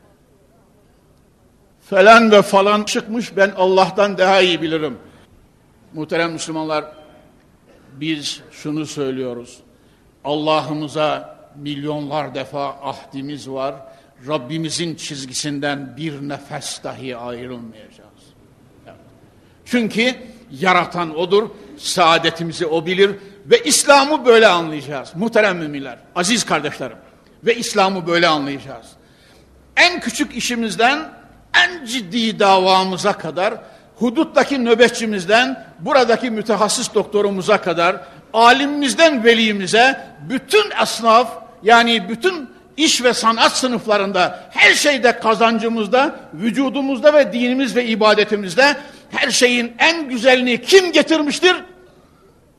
falan ve falan çıkmış, ben Allah'tan daha iyi bilirim. Muhterem Müslümanlar, biz şunu söylüyoruz. Allah'ımıza milyonlar defa ahdimiz var. Rabbimizin çizgisinden bir nefes dahi ayrılmayacağız. Evet. Çünkü yaratan O'dur, saadetimizi O bilir ve İslam'ı böyle anlayacağız. Muhterem müminler, aziz kardeşlerim, ve İslam'ı böyle anlayacağız. En küçük işimizden en ciddi davamıza kadar, huduttaki nöbetçimizden buradaki mütehassıs doktorumuza kadar, alimimizden velimize, bütün esnaf, yani bütün iş ve sanat sınıflarında, her şeyde, kazancımızda, vücudumuzda ve dinimiz ve ibadetimizde her şeyin en güzelini kim getirmiştir?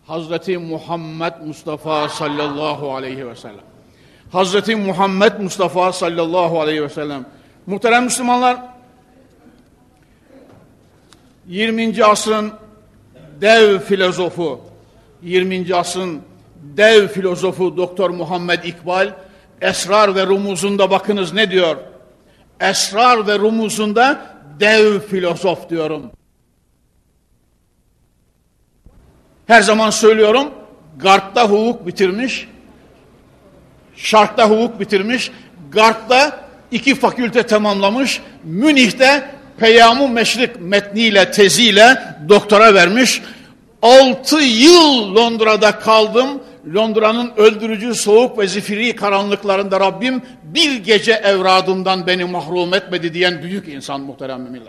Hazreti Muhammed Mustafa sallallahu aleyhi ve sellem. Hazreti Muhammed Mustafa sallallahu aleyhi ve sellem. Muhterem Müslümanlar, 20. asrın dev filozofu, 20. asrın dev filozofu Doktor Muhammed İkbal, Esrar ve Rumuz'unda bakınız ne diyor? Esrar ve Rumuz'unda dev filozof diyorum. Her zaman söylüyorum, Garp'ta hukuk bitirmiş, Şark'ta hukuk bitirmiş, Garp'ta 2 fakülte tamamlamış, Münih'te Peyam-ı Meşrik metniyle, teziyle doktora vermiş. 6 yıl Londra'da kaldım. Londra'nın öldürücü soğuk ve zifiri karanlıklarında Rabbim bir gece evradımdan beni mahrum etmedi diyen büyük insan muhterem müminler.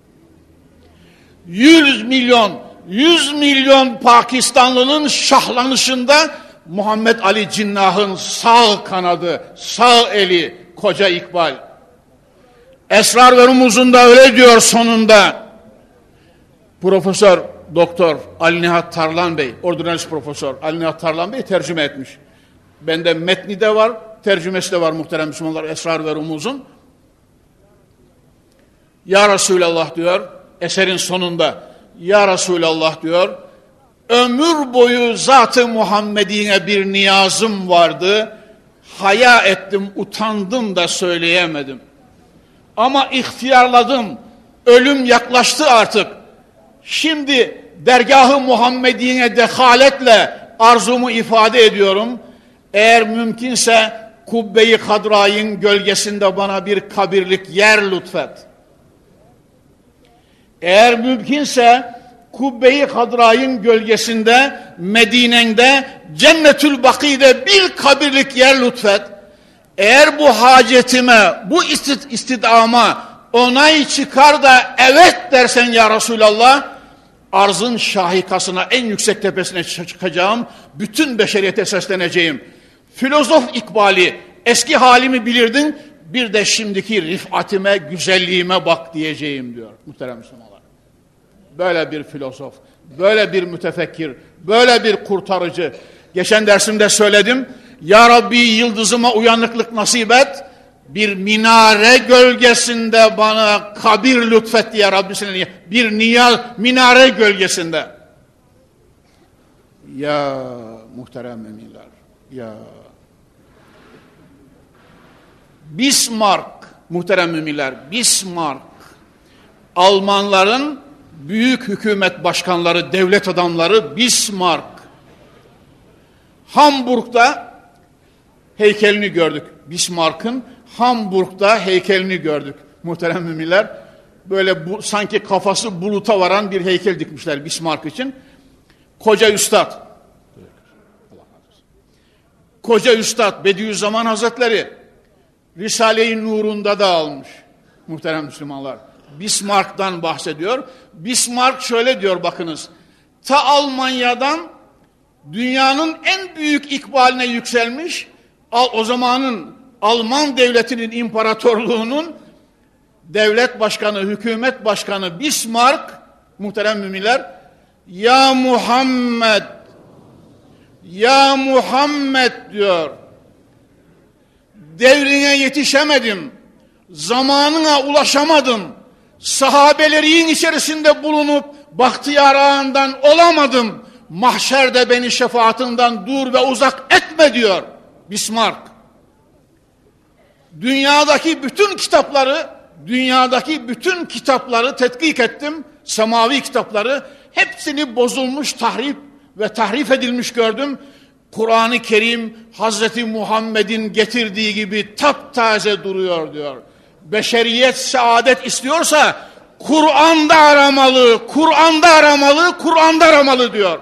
100 milyon Pakistanlının şahlanışında Muhammed Ali Cinnah'ın sağ kanadı, sağ eli koca İkbal. Esrar ve Rumuz'unda öyle diyor sonunda. Profesör Doktor Ali Nihat Tarlan Bey, ordinalist profesör Ali Nihat Tarlan Bey tercüme etmiş. Bende metni de var, tercümesi de var muhterem Müslümanlar, Esrar ve Rumuz'un. Ya Resulallah diyor, eserin sonunda, Ya Resulallah diyor, ömür boyu Zat-ı Muhammed'ine bir niyazım vardı, haya ettim, utandım da söyleyemedim. Ama ihtiyarladım, ölüm yaklaştı artık. Şimdi dergah-ı Muhammediye dehaletle arzumu ifade ediyorum. Eğer mümkünse Kubbe-i Kadra'nın gölgesinde bana bir kabirlik yer lütfet. Eğer mümkünse Kubbe-i Kadra'nın gölgesinde Medine'nde Cennetül Baki'de bir kabirlik yer lütfet. Eğer bu hacetime, bu istidama onay çıkar da evet dersen ya Resulallah, arzın şahikasına, en yüksek tepesine çıkacağım, bütün beşeriyete sesleneceğim. Filozof İkbal'i, eski halimi bilirdin, bir de şimdiki rifatime, güzelliğime bak diyeceğim diyor muhterem Müslümanlar. Böyle bir filozof, böyle bir mütefekkir, böyle bir kurtarıcı. Geçen dersimde söyledim, Ya Rabbi yıldızıma uyanıklık nasip et, bir minare gölgesinde bana kabir lütfet diye Rabbisine bir niyaz minare gölgesinde. Ya muhterem müminler, ya Bismarck, muhterem müminler, Bismarck, Almanların büyük hükümet başkanları, devlet adamları Bismarck, Hamburg'da heykelini gördük. Bismarck'ın Hamburg'da heykelini gördük muhterem müminler. Böyle sanki kafası buluta varan bir heykel dikmişler Bismarck için. Koca Üstad. Koca Üstad Bediüzzaman Hazretleri Risale-i Nur'unda da almış muhterem Müslümanlar. Bismarck'tan bahsediyor. Bismarck şöyle diyor bakınız. Ta Almanya'dan dünyanın en büyük ikbaline yükselmiş, o zamanın Alman devletinin imparatorluğunun devlet başkanı, hükümet başkanı Bismarck, muhterem müminler, Ya Muhammed, Ya Muhammed diyor. Devrine yetişemedim, zamanına ulaşamadım, sahabelerin içerisinde bulunup bahtiyar ağından olamadım. Mahşerde beni şefaatinden dur ve uzak etme diyor Bismarck. Dünyadaki bütün kitapları tetkik ettim. Semavi kitapları hepsini bozulmuş, tahrif edilmiş gördüm. Kur'an-ı Kerim Hazreti Muhammed'in getirdiği gibi taptaze duruyor diyor. Beşeriyet saadet istiyorsa Kur'an'da aramalı, Kur'an'da aramalı, Kur'an'da aramalı diyor.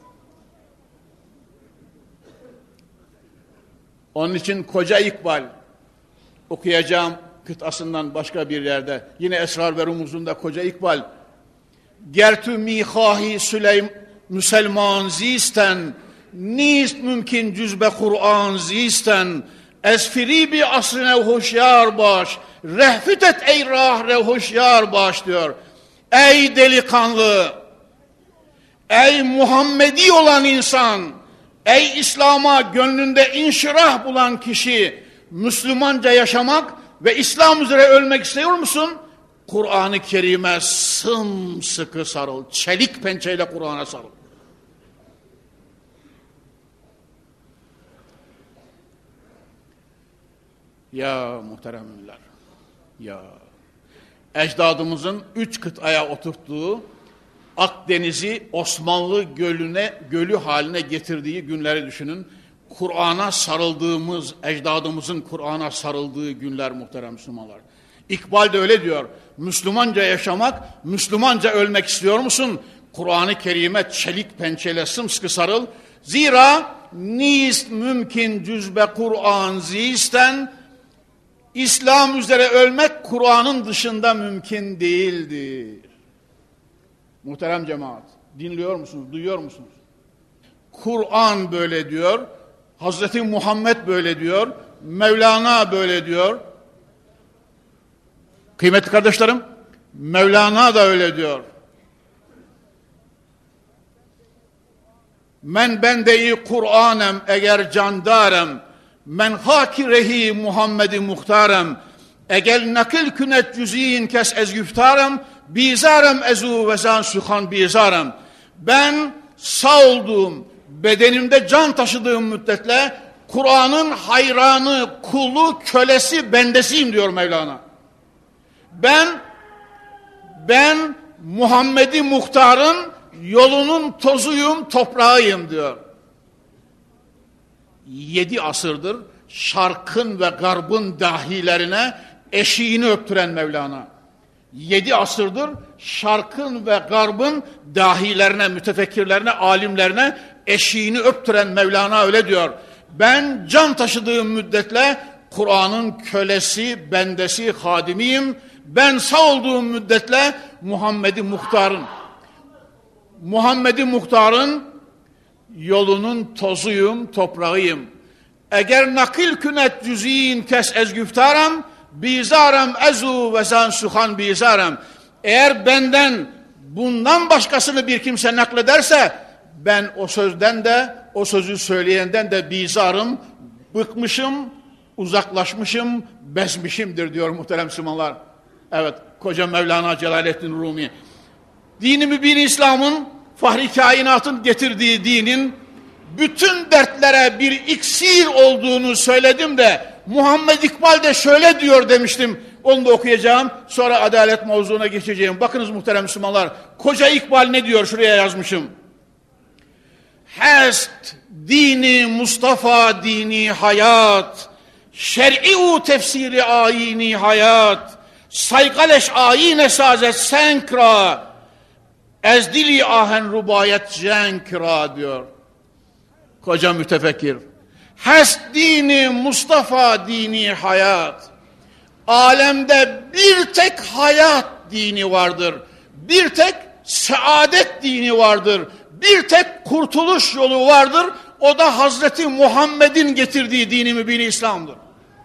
Onun için koca İkbal, okuyacağım kıtasından başka bir yerde, yine Esrar ve Rumuz'unda koca İkbal, Gertü mihahi Müselman zisten, nist mümkün cüzbe Kur'an zisten, esfiribi asrine hoşyar baş, rehfit et ey rahre hoşyar baş diyor. Ey delikanlı, Ey Muhammedi olan insan, ey İslam'a gönlünde inşirah bulan kişi, Müslümanca yaşamak ve İslam üzere ölmek istiyor musun? Kur'an-ı Kerim'e sımsıkı sarıl, çelik pençeyle Kur'an'a sarıl. Ya muhteremler, ya ecdadımızın 3 kıtaya oturttuğu Akdeniz'i Osmanlı gölü haline getirdiği günleri düşünün. Kur'an'a sarıldığımız, ecdadımızın Kur'an'a sarıldığı günler muhterem Müslümanlar. İkbal de öyle diyor. Müslümanca yaşamak, Müslümanca ölmek istiyor musun? Kur'an-ı Kerim'e çelik pençeyle sımsıkı sarıl. Zira nist mümkün cüzbe Kur'an zisten, İslam üzere ölmek Kur'an'ın dışında mümkün değildir. Muhterem cemaat, dinliyor musunuz, duyuyor musunuz? Kur'an böyle diyor, Hazreti Muhammed böyle diyor, Mevlana böyle diyor. Kıymetli kardeşlerim, Mevlana da öyle diyor. Men bende-i Kur'anem eğer candarem, men haki rehi Muhammed'i muhtarem, eğer nakil künet cüziyin kes ez güftarem, bizarem ezu ve zan suhan bizarem. Ben sağ olduğum, bedenimde can taşıdığım müddetle Kur'an'ın hayranı, kulu, kölesi, bendesiyim diyor Mevlana. Ben Muhammed'i muhtarın yolunun tozuyum, toprağıyım diyor. 7 asırdır şarkın ve garbın dahilerine eşiğini öptüren Mevlana. 7 asırdır şarkın ve garbın dahilerine, mütefekkirlerine, alimlerine eşiğini öptüren Mevlana öyle diyor. Ben can taşıdığım müddetle Kur'an'ın kölesi, bendesi, hadimiyim. Ben sağ olduğum müddetle Muhammed'i muhtarın yolunun tozuyum, toprağıyım. Eğer nakil künet cüziyin kes ez güftarem, bizarem ezu ve zan suhan bizarem. Eğer benden bundan başkasını bir kimse naklederse, ben o sözden de, o sözü söyleyenden de bizarım, bıkmışım, uzaklaşmışım, bezmişimdir diyor muhterem Müslümanlar. Evet, koca Mevlana Celaleddin Rumi. Dini mübin İslam'ın, fahri kainatın getirdiği dinin bütün dertlere bir iksir olduğunu söyledim de Muhammed İkbal de şöyle diyor demiştim. Onu da okuyacağım. Sonra adalet mevzuna geçeceğim. Bakınız muhterem Müslümanlar. Koca İkbal ne diyor? Şuraya yazmışım. Hast dini Mustafa dini hayat, şer'i tefsiri ayini hayat, saygaleş ayine sazet senkra, ezdili ahen rubayet cenkra diyor. Koca mütefekkir. Hast dini Mustafa dini hayat. Alemde bir tek hayat dini vardır. Bir tek saadet dini vardır. Bir tek kurtuluş yolu vardır. O da Hazreti Muhammed'in getirdiği dini mübin İslam'dır.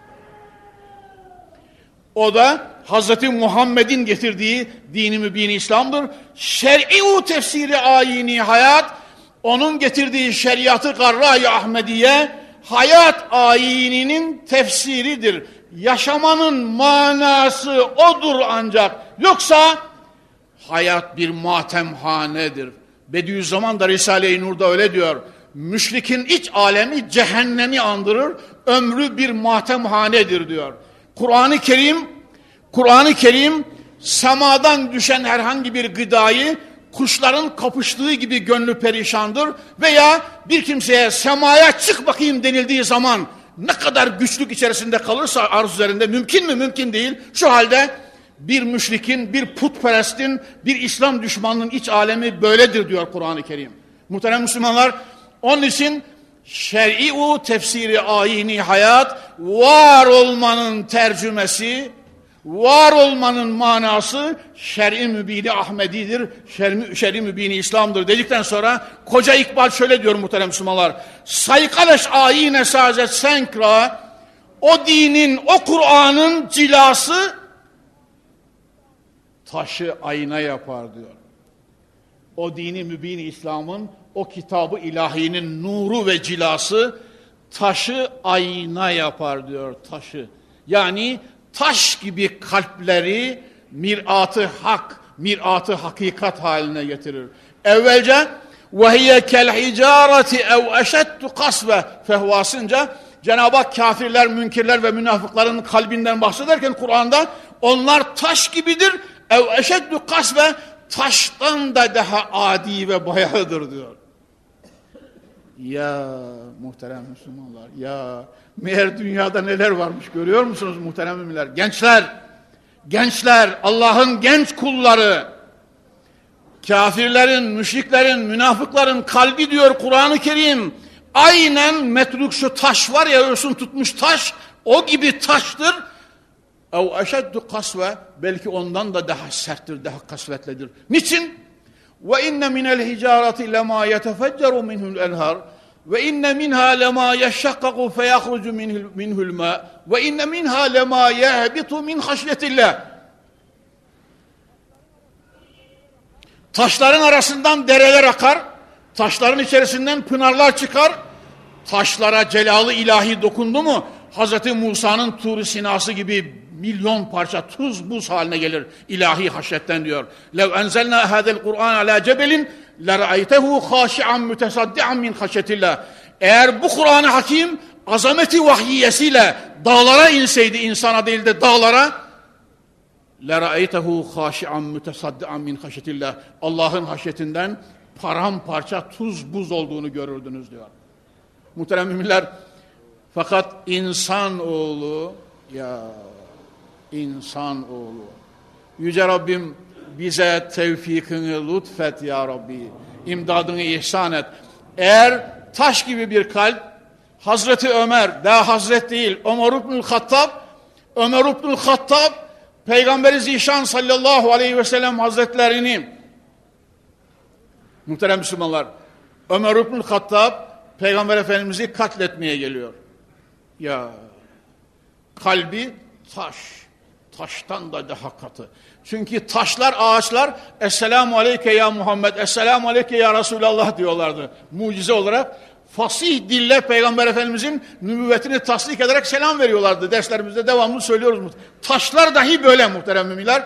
O da Hazreti Muhammed'in getirdiği dini mübin İslam'dır. Şer'i tefsiri ayini hayat, onun getirdiği şeriatı Garra-i Ahmediye, hayat ayininin tefsiridir. Yaşamanın manası odur ancak. Yoksa hayat bir matemhanedir. Bediüzzaman da Risale-i Nur'da öyle diyor. Müşrikin iç alemi cehennemi andırır, ömrü bir matemhanedir diyor. Kur'an-ı Kerim semadan düşen herhangi bir gıdayı kuşların kapıştığı gibi gönlü perişandır veya bir kimseye semaya çık bakayım denildiği zaman ne kadar güçlük içerisinde kalırsa arz üzerinde mümkün mü? Mümkün değil. Şu halde bir müşrikin, bir putperestin, bir İslam düşmanının iç alemi böyledir diyor Kur'an-ı Kerim. Muhterem Müslümanlar, onun için şer'i tefsiri ayini hayat, var olmanın tercümesi, var olmanın manası şer'i mübini Ahmedidir, şer'i mübini İslam'dır dedikten sonra koca İkbal şöyle diyor muhterem Müslümanlar. Saykaleş ayine sazet senkra, o dinin, o Kur'an'ın cilası taşı ayna yapar diyor. o dini mübin İslam'ın, o kitabı ilahinin nuru ve cilası taşı ayna yapar diyor, taşı. Yani taş gibi kalpleri mirat-ı hak, mirat-ı hakikat haline getirir. Evvelce وَهِيَ كَالْحِجَارَةِ اَوْ اَشَدُّ قَسْوَ fehvasınca Cenab-ı Hak kafirler, münkirler ve münafıkların kalbinden bahsederken Kur'an'da onlar taş gibidir. اَوْ اَشَدُّ قَسْوَ taştan da daha adi ve bayağıdır diyor. Ya muhterem Müslümanlar, ya meğer dünyada neler varmış görüyor musunuz muhterem müminler? Gençler, Allah'ın genç kulları, kafirlerin, müşriklerin, münafıkların kalbi diyor Kur'an-ı Kerim, aynen metruk şu taş var ya, yosun tutmuş taş, o gibi taştır. اَوْ اَشَدُّ قَسْوَ belki ondan da daha serttir, daha kasvetlidir. Niçin? وَاِنَّ مِنَ الْحِجَارَةِ لَمَا يَتَفَجَّرُ مِنْهُ الْاَنْهَارِ وَاِنَّ مِنْهَا لَمَا يَشَّقَّقُ فَيَخْرُجُ مِنْهُ الْمَاءِ وَاِنَّ مِنْهَا لَمَا يَهْبِطُ مِنْ خَشْيَةِ اللّٰهِ Taşların arasından dereler akar, taşların içerisinden pınarlar çıkar, taşlara celal-ı ilahi dokundu mu, Hz. Musa'nın Tur-i Sinası gibi milyon parça tuz buz haline gelir ilahi haşyetten diyor. لَوْ اَنْزَلْنَا هَذَا الْقُرْآنَ عَلَى جَبَلٍ لَرَأَيْتَهُ خَاشِعًا مُتَصَدِّعًا مِنْ خَشْيَةِ اللّٰهِ Eğer bu Kur'an-ı Hakim azameti vahiyesiyle dağlara inseydi, insana değil de dağlara, لَرَأَيْتَهُ خَاشِعًا مُتَصَدِّعًا مِنْ خَشْيَةِ اللّٰهِ Allah'ın haşyetinden paramparça tuz buz olduğunu görürdünüz diyor. Muhterem müminler, fakat insanoğlu, ya insanoğlu, Yüce Rabbim bize tevfikini lütfet ya Rabbi, imdadını ihsan et. Eğer taş gibi bir kalp, Hazreti Ömer, daha Hazret değil, Ömer İbnül Hattab, Peygamberi Zişan sallallahu aleyhi ve sellem Hazretlerini, muhterem Müslümanlar, Ömer İbnül Hattab, Peygamber Efendimiz'i katletmeye geliyor. Ya kalbi taş, taştan da daha katı. Çünkü taşlar, ağaçlar Esselamu aleyke ya Muhammed, Esselamu aleyke ya Resulallah diyorlardı. Mucize olarak fasih dille Peygamber Efendimizin nübüvvetini tasdik ederek selam veriyorlardı. Derslerimizde devamlı söylüyoruz. Taşlar dahi böyle muhterem müminler.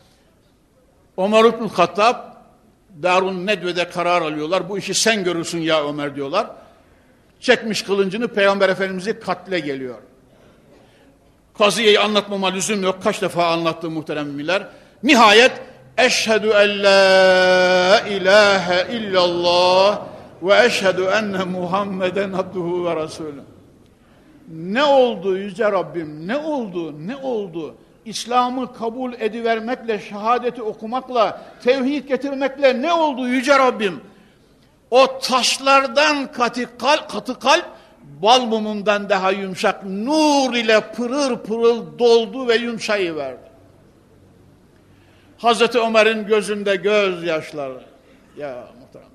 Ömer İbnül Hattab Darun Nedve'de karar alıyorlar. Bu işi sen görürsün ya Ömer diyorlar. Çekmiş kılıncını, Peygamber Efendimiz'i katle geliyor. Kaziyeyi anlatmama lüzum yok. Kaç defa anlattım muhterem müminler. Nihayet eşhedü en la ilahe illallah ve eşhedü enne Muhammeden abduhu ve resulü. Ne oldu Yüce Rabbim? Ne oldu? İslam'ı kabul edivermekle, şehadeti okumakla, tevhid getirmekle ne oldu Yüce Rabbim? O taşlardan katı kalp, bal mumundan daha yumuşak, nur ile pırıl pırıl doldu ve yumuşayıverdi. Hazreti Ömer'in gözünde gözyaşları. Ya muhterem.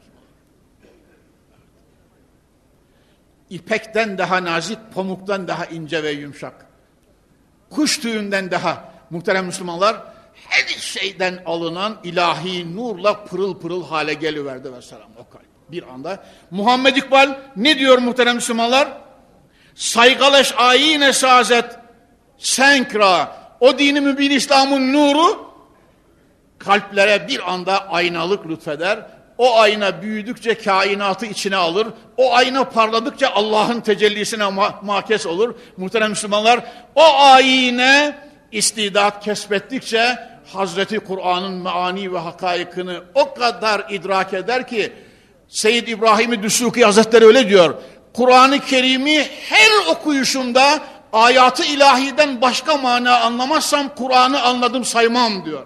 İpekten daha nazik, pamuktan daha ince ve yumuşak. Kuş tüyünden daha, muhterem Müslümanlar, her şeyden alınan ilahi nurla pırıl pırıl hale geliverdi vesselam o kalp. Bir anda Muhammed İkbal ne diyor muhterem Müslümanlar? Saygaleş ayine sazet senkra, o dini mübin İslam'ın nuru kalplere bir anda aynalık lütfeder. O ayna büyüdükçe kainatı içine alır. O ayna parladıkça Allah'ın tecellisine makes olur. Muhterem Müslümanlar, o ayine istidat kesbettikçe Hazreti Kur'an'ın meani ve hakaikını o kadar idrak eder ki, Seyyid İbrahim-i Düsuki Hazretleri öyle diyor. Kur'an-ı Kerim'i her okuyuşumda ayatı ilahiden başka mana anlamazsam Kur'an'ı anladım saymam diyor.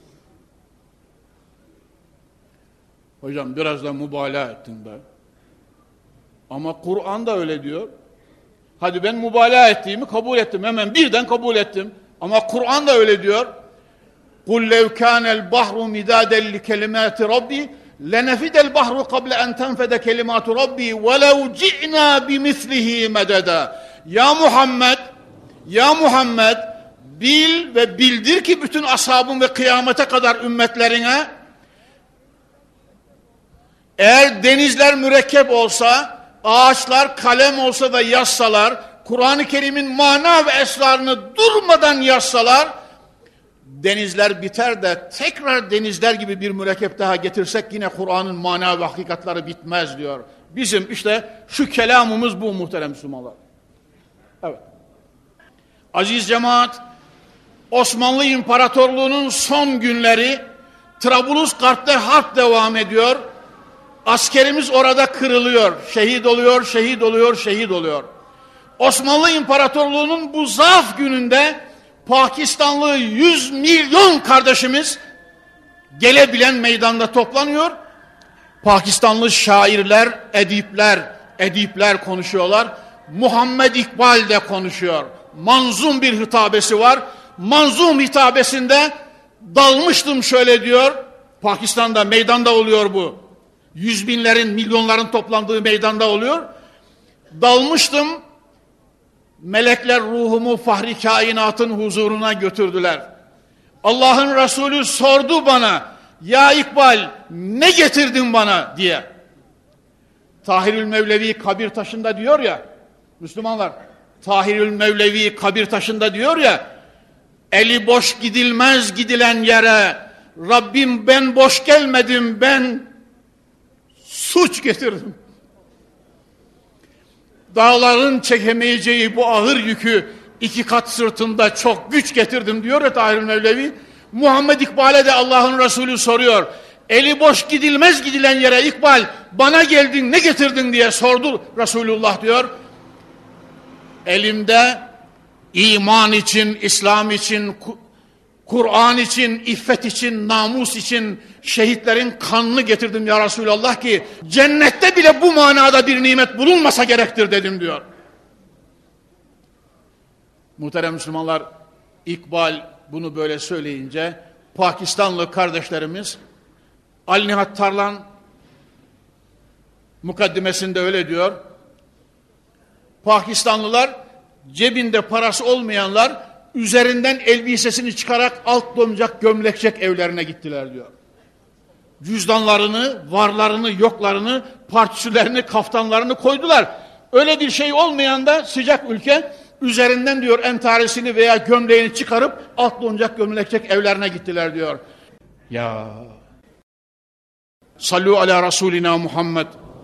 Hocam biraz da mübalağa ettin be. Ama Kur'an da öyle diyor. Hadi ben mübalağa ettiğimi kabul ettim. Hemen birden kabul ettim. Ama Kur'an da öyle diyor. قُلْ لَوْ كَانَ الْبَحْرُ مِدَادًا لِكَلِمَاتِ رَبِّي لَنَفِدَ الْبَحْرُ قَبْلَ أَنْ تَنْفَدَ كَلِمَاتُ رَبِّي وَلَوْ جِئْنَا بِمِثْلِهِ مَدَدًا Ya Muhammed, bil ve bildir ki bütün ashabın ve kıyamete kadar ümmetlerine Eğer denizler mürekkep olsa, ağaçlar kalem olsa da yazsalar, Kur'an-ı Kerim'in mana ve esrarını durmadan yazsalar, denizler biter de tekrar denizler gibi bir mürekkep daha getirsek yine Kur'an'ın mana ve hakikatları bitmez diyor. Bizim işte şu kelamımız bu muhterem Müslümanlar. Evet. Aziz cemaat, Osmanlı İmparatorluğu'nun son günleri, Trablusgarp'ta harp devam ediyor. Askerimiz orada kırılıyor, şehit oluyor, şehit oluyor, şehit oluyor. Osmanlı İmparatorluğu'nun bu zaaf gününde Pakistanlı 100 milyon kardeşimiz gelebilen meydanda toplanıyor. Pakistanlı şairler, edipler konuşuyorlar. Muhammed İkbal de konuşuyor. Manzum bir hitabesi var. Manzum hitabesinde dalmıştım şöyle diyor. Pakistan'da meydanda oluyor bu. Yüz binlerin, milyonların toplandığı meydanda oluyor. Dalmıştım. Melekler ruhumu fahri kainatın huzuruna götürdüler. Allah'ın Resulü sordu bana, ya İkbal ne getirdin bana diye. Tahirül Mevlevi kabir taşında diyor ya, Müslümanlar, Tahirül Mevlevi kabir taşında diyor ya, eli boş gidilmez gidilen yere, Rabbim ben boş gelmedim, ben suç getirdim. Dağların çekemeyeceği bu ağır yükü 2 kat sırtımda çok güç getirdim diyor ya Tahirül Mevlevi. Muhammed İkbal'e de Allah'ın Resulü soruyor. Eli boş gidilmez gidilen yere İkbal bana geldin ne getirdin diye sordu Resulullah diyor. Elimde iman için, İslam için, Kur'an için, iffet için, namus için şehitlerin kanını getirdim ya Resulallah ki cennette bile bu manada bir nimet bulunmasa gerektir dedim diyor. Muhterem Müslümanlar, İkbal bunu böyle söyleyince Pakistanlı kardeşlerimiz Ali Nihat Tarlan mukaddimesinde öyle diyor. Pakistanlılar cebinde parası olmayanlar üzerinden elbisesini çıkarak alt domcak gömlekçek evlerine gittiler diyor. Cüzdanlarını, varlarını, yoklarını, partüsülerini, kaftanlarını koydular. Öyle bir şey olmayan da sıcak ülke üzerinden diyor entarisini veya gömleğini çıkarıp alt domcak gömlekçek evlerine gittiler diyor. Ya sallu ala Resulina Muhammed.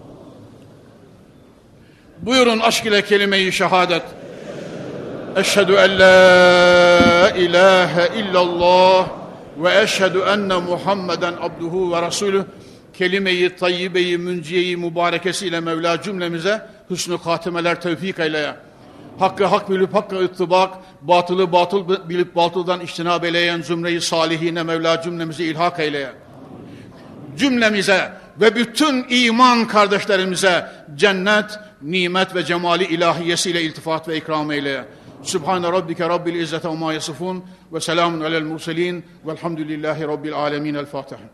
Buyurun aşk ile kelime-i şehadet. Eşhedü en la ilahe illallah ve eşhedü enne Muhammeden abduhu ve rasulüh. Kelime-i tayyibe-i münciye-i mübarekesiyle Mevla cümlemize hüsnü hatimeler tevfik eyleye. Hakkı hak bilip hakka ittibak, batılı batıl bilip batıldan içtinab eyleyen zümre-i salihine Mevla cümlemizi ilhak eyleye. Cümlemize ve bütün iman kardeşlerimize cennet, nimet ve cemali ilahiyesiyle iltifat ve ikram eyleye. Sübhane Rabbike Rabbil İzzete ve ma yasifun ve selamun alel murselin velhamdülillahi Rabbil alemin. El Fatiha.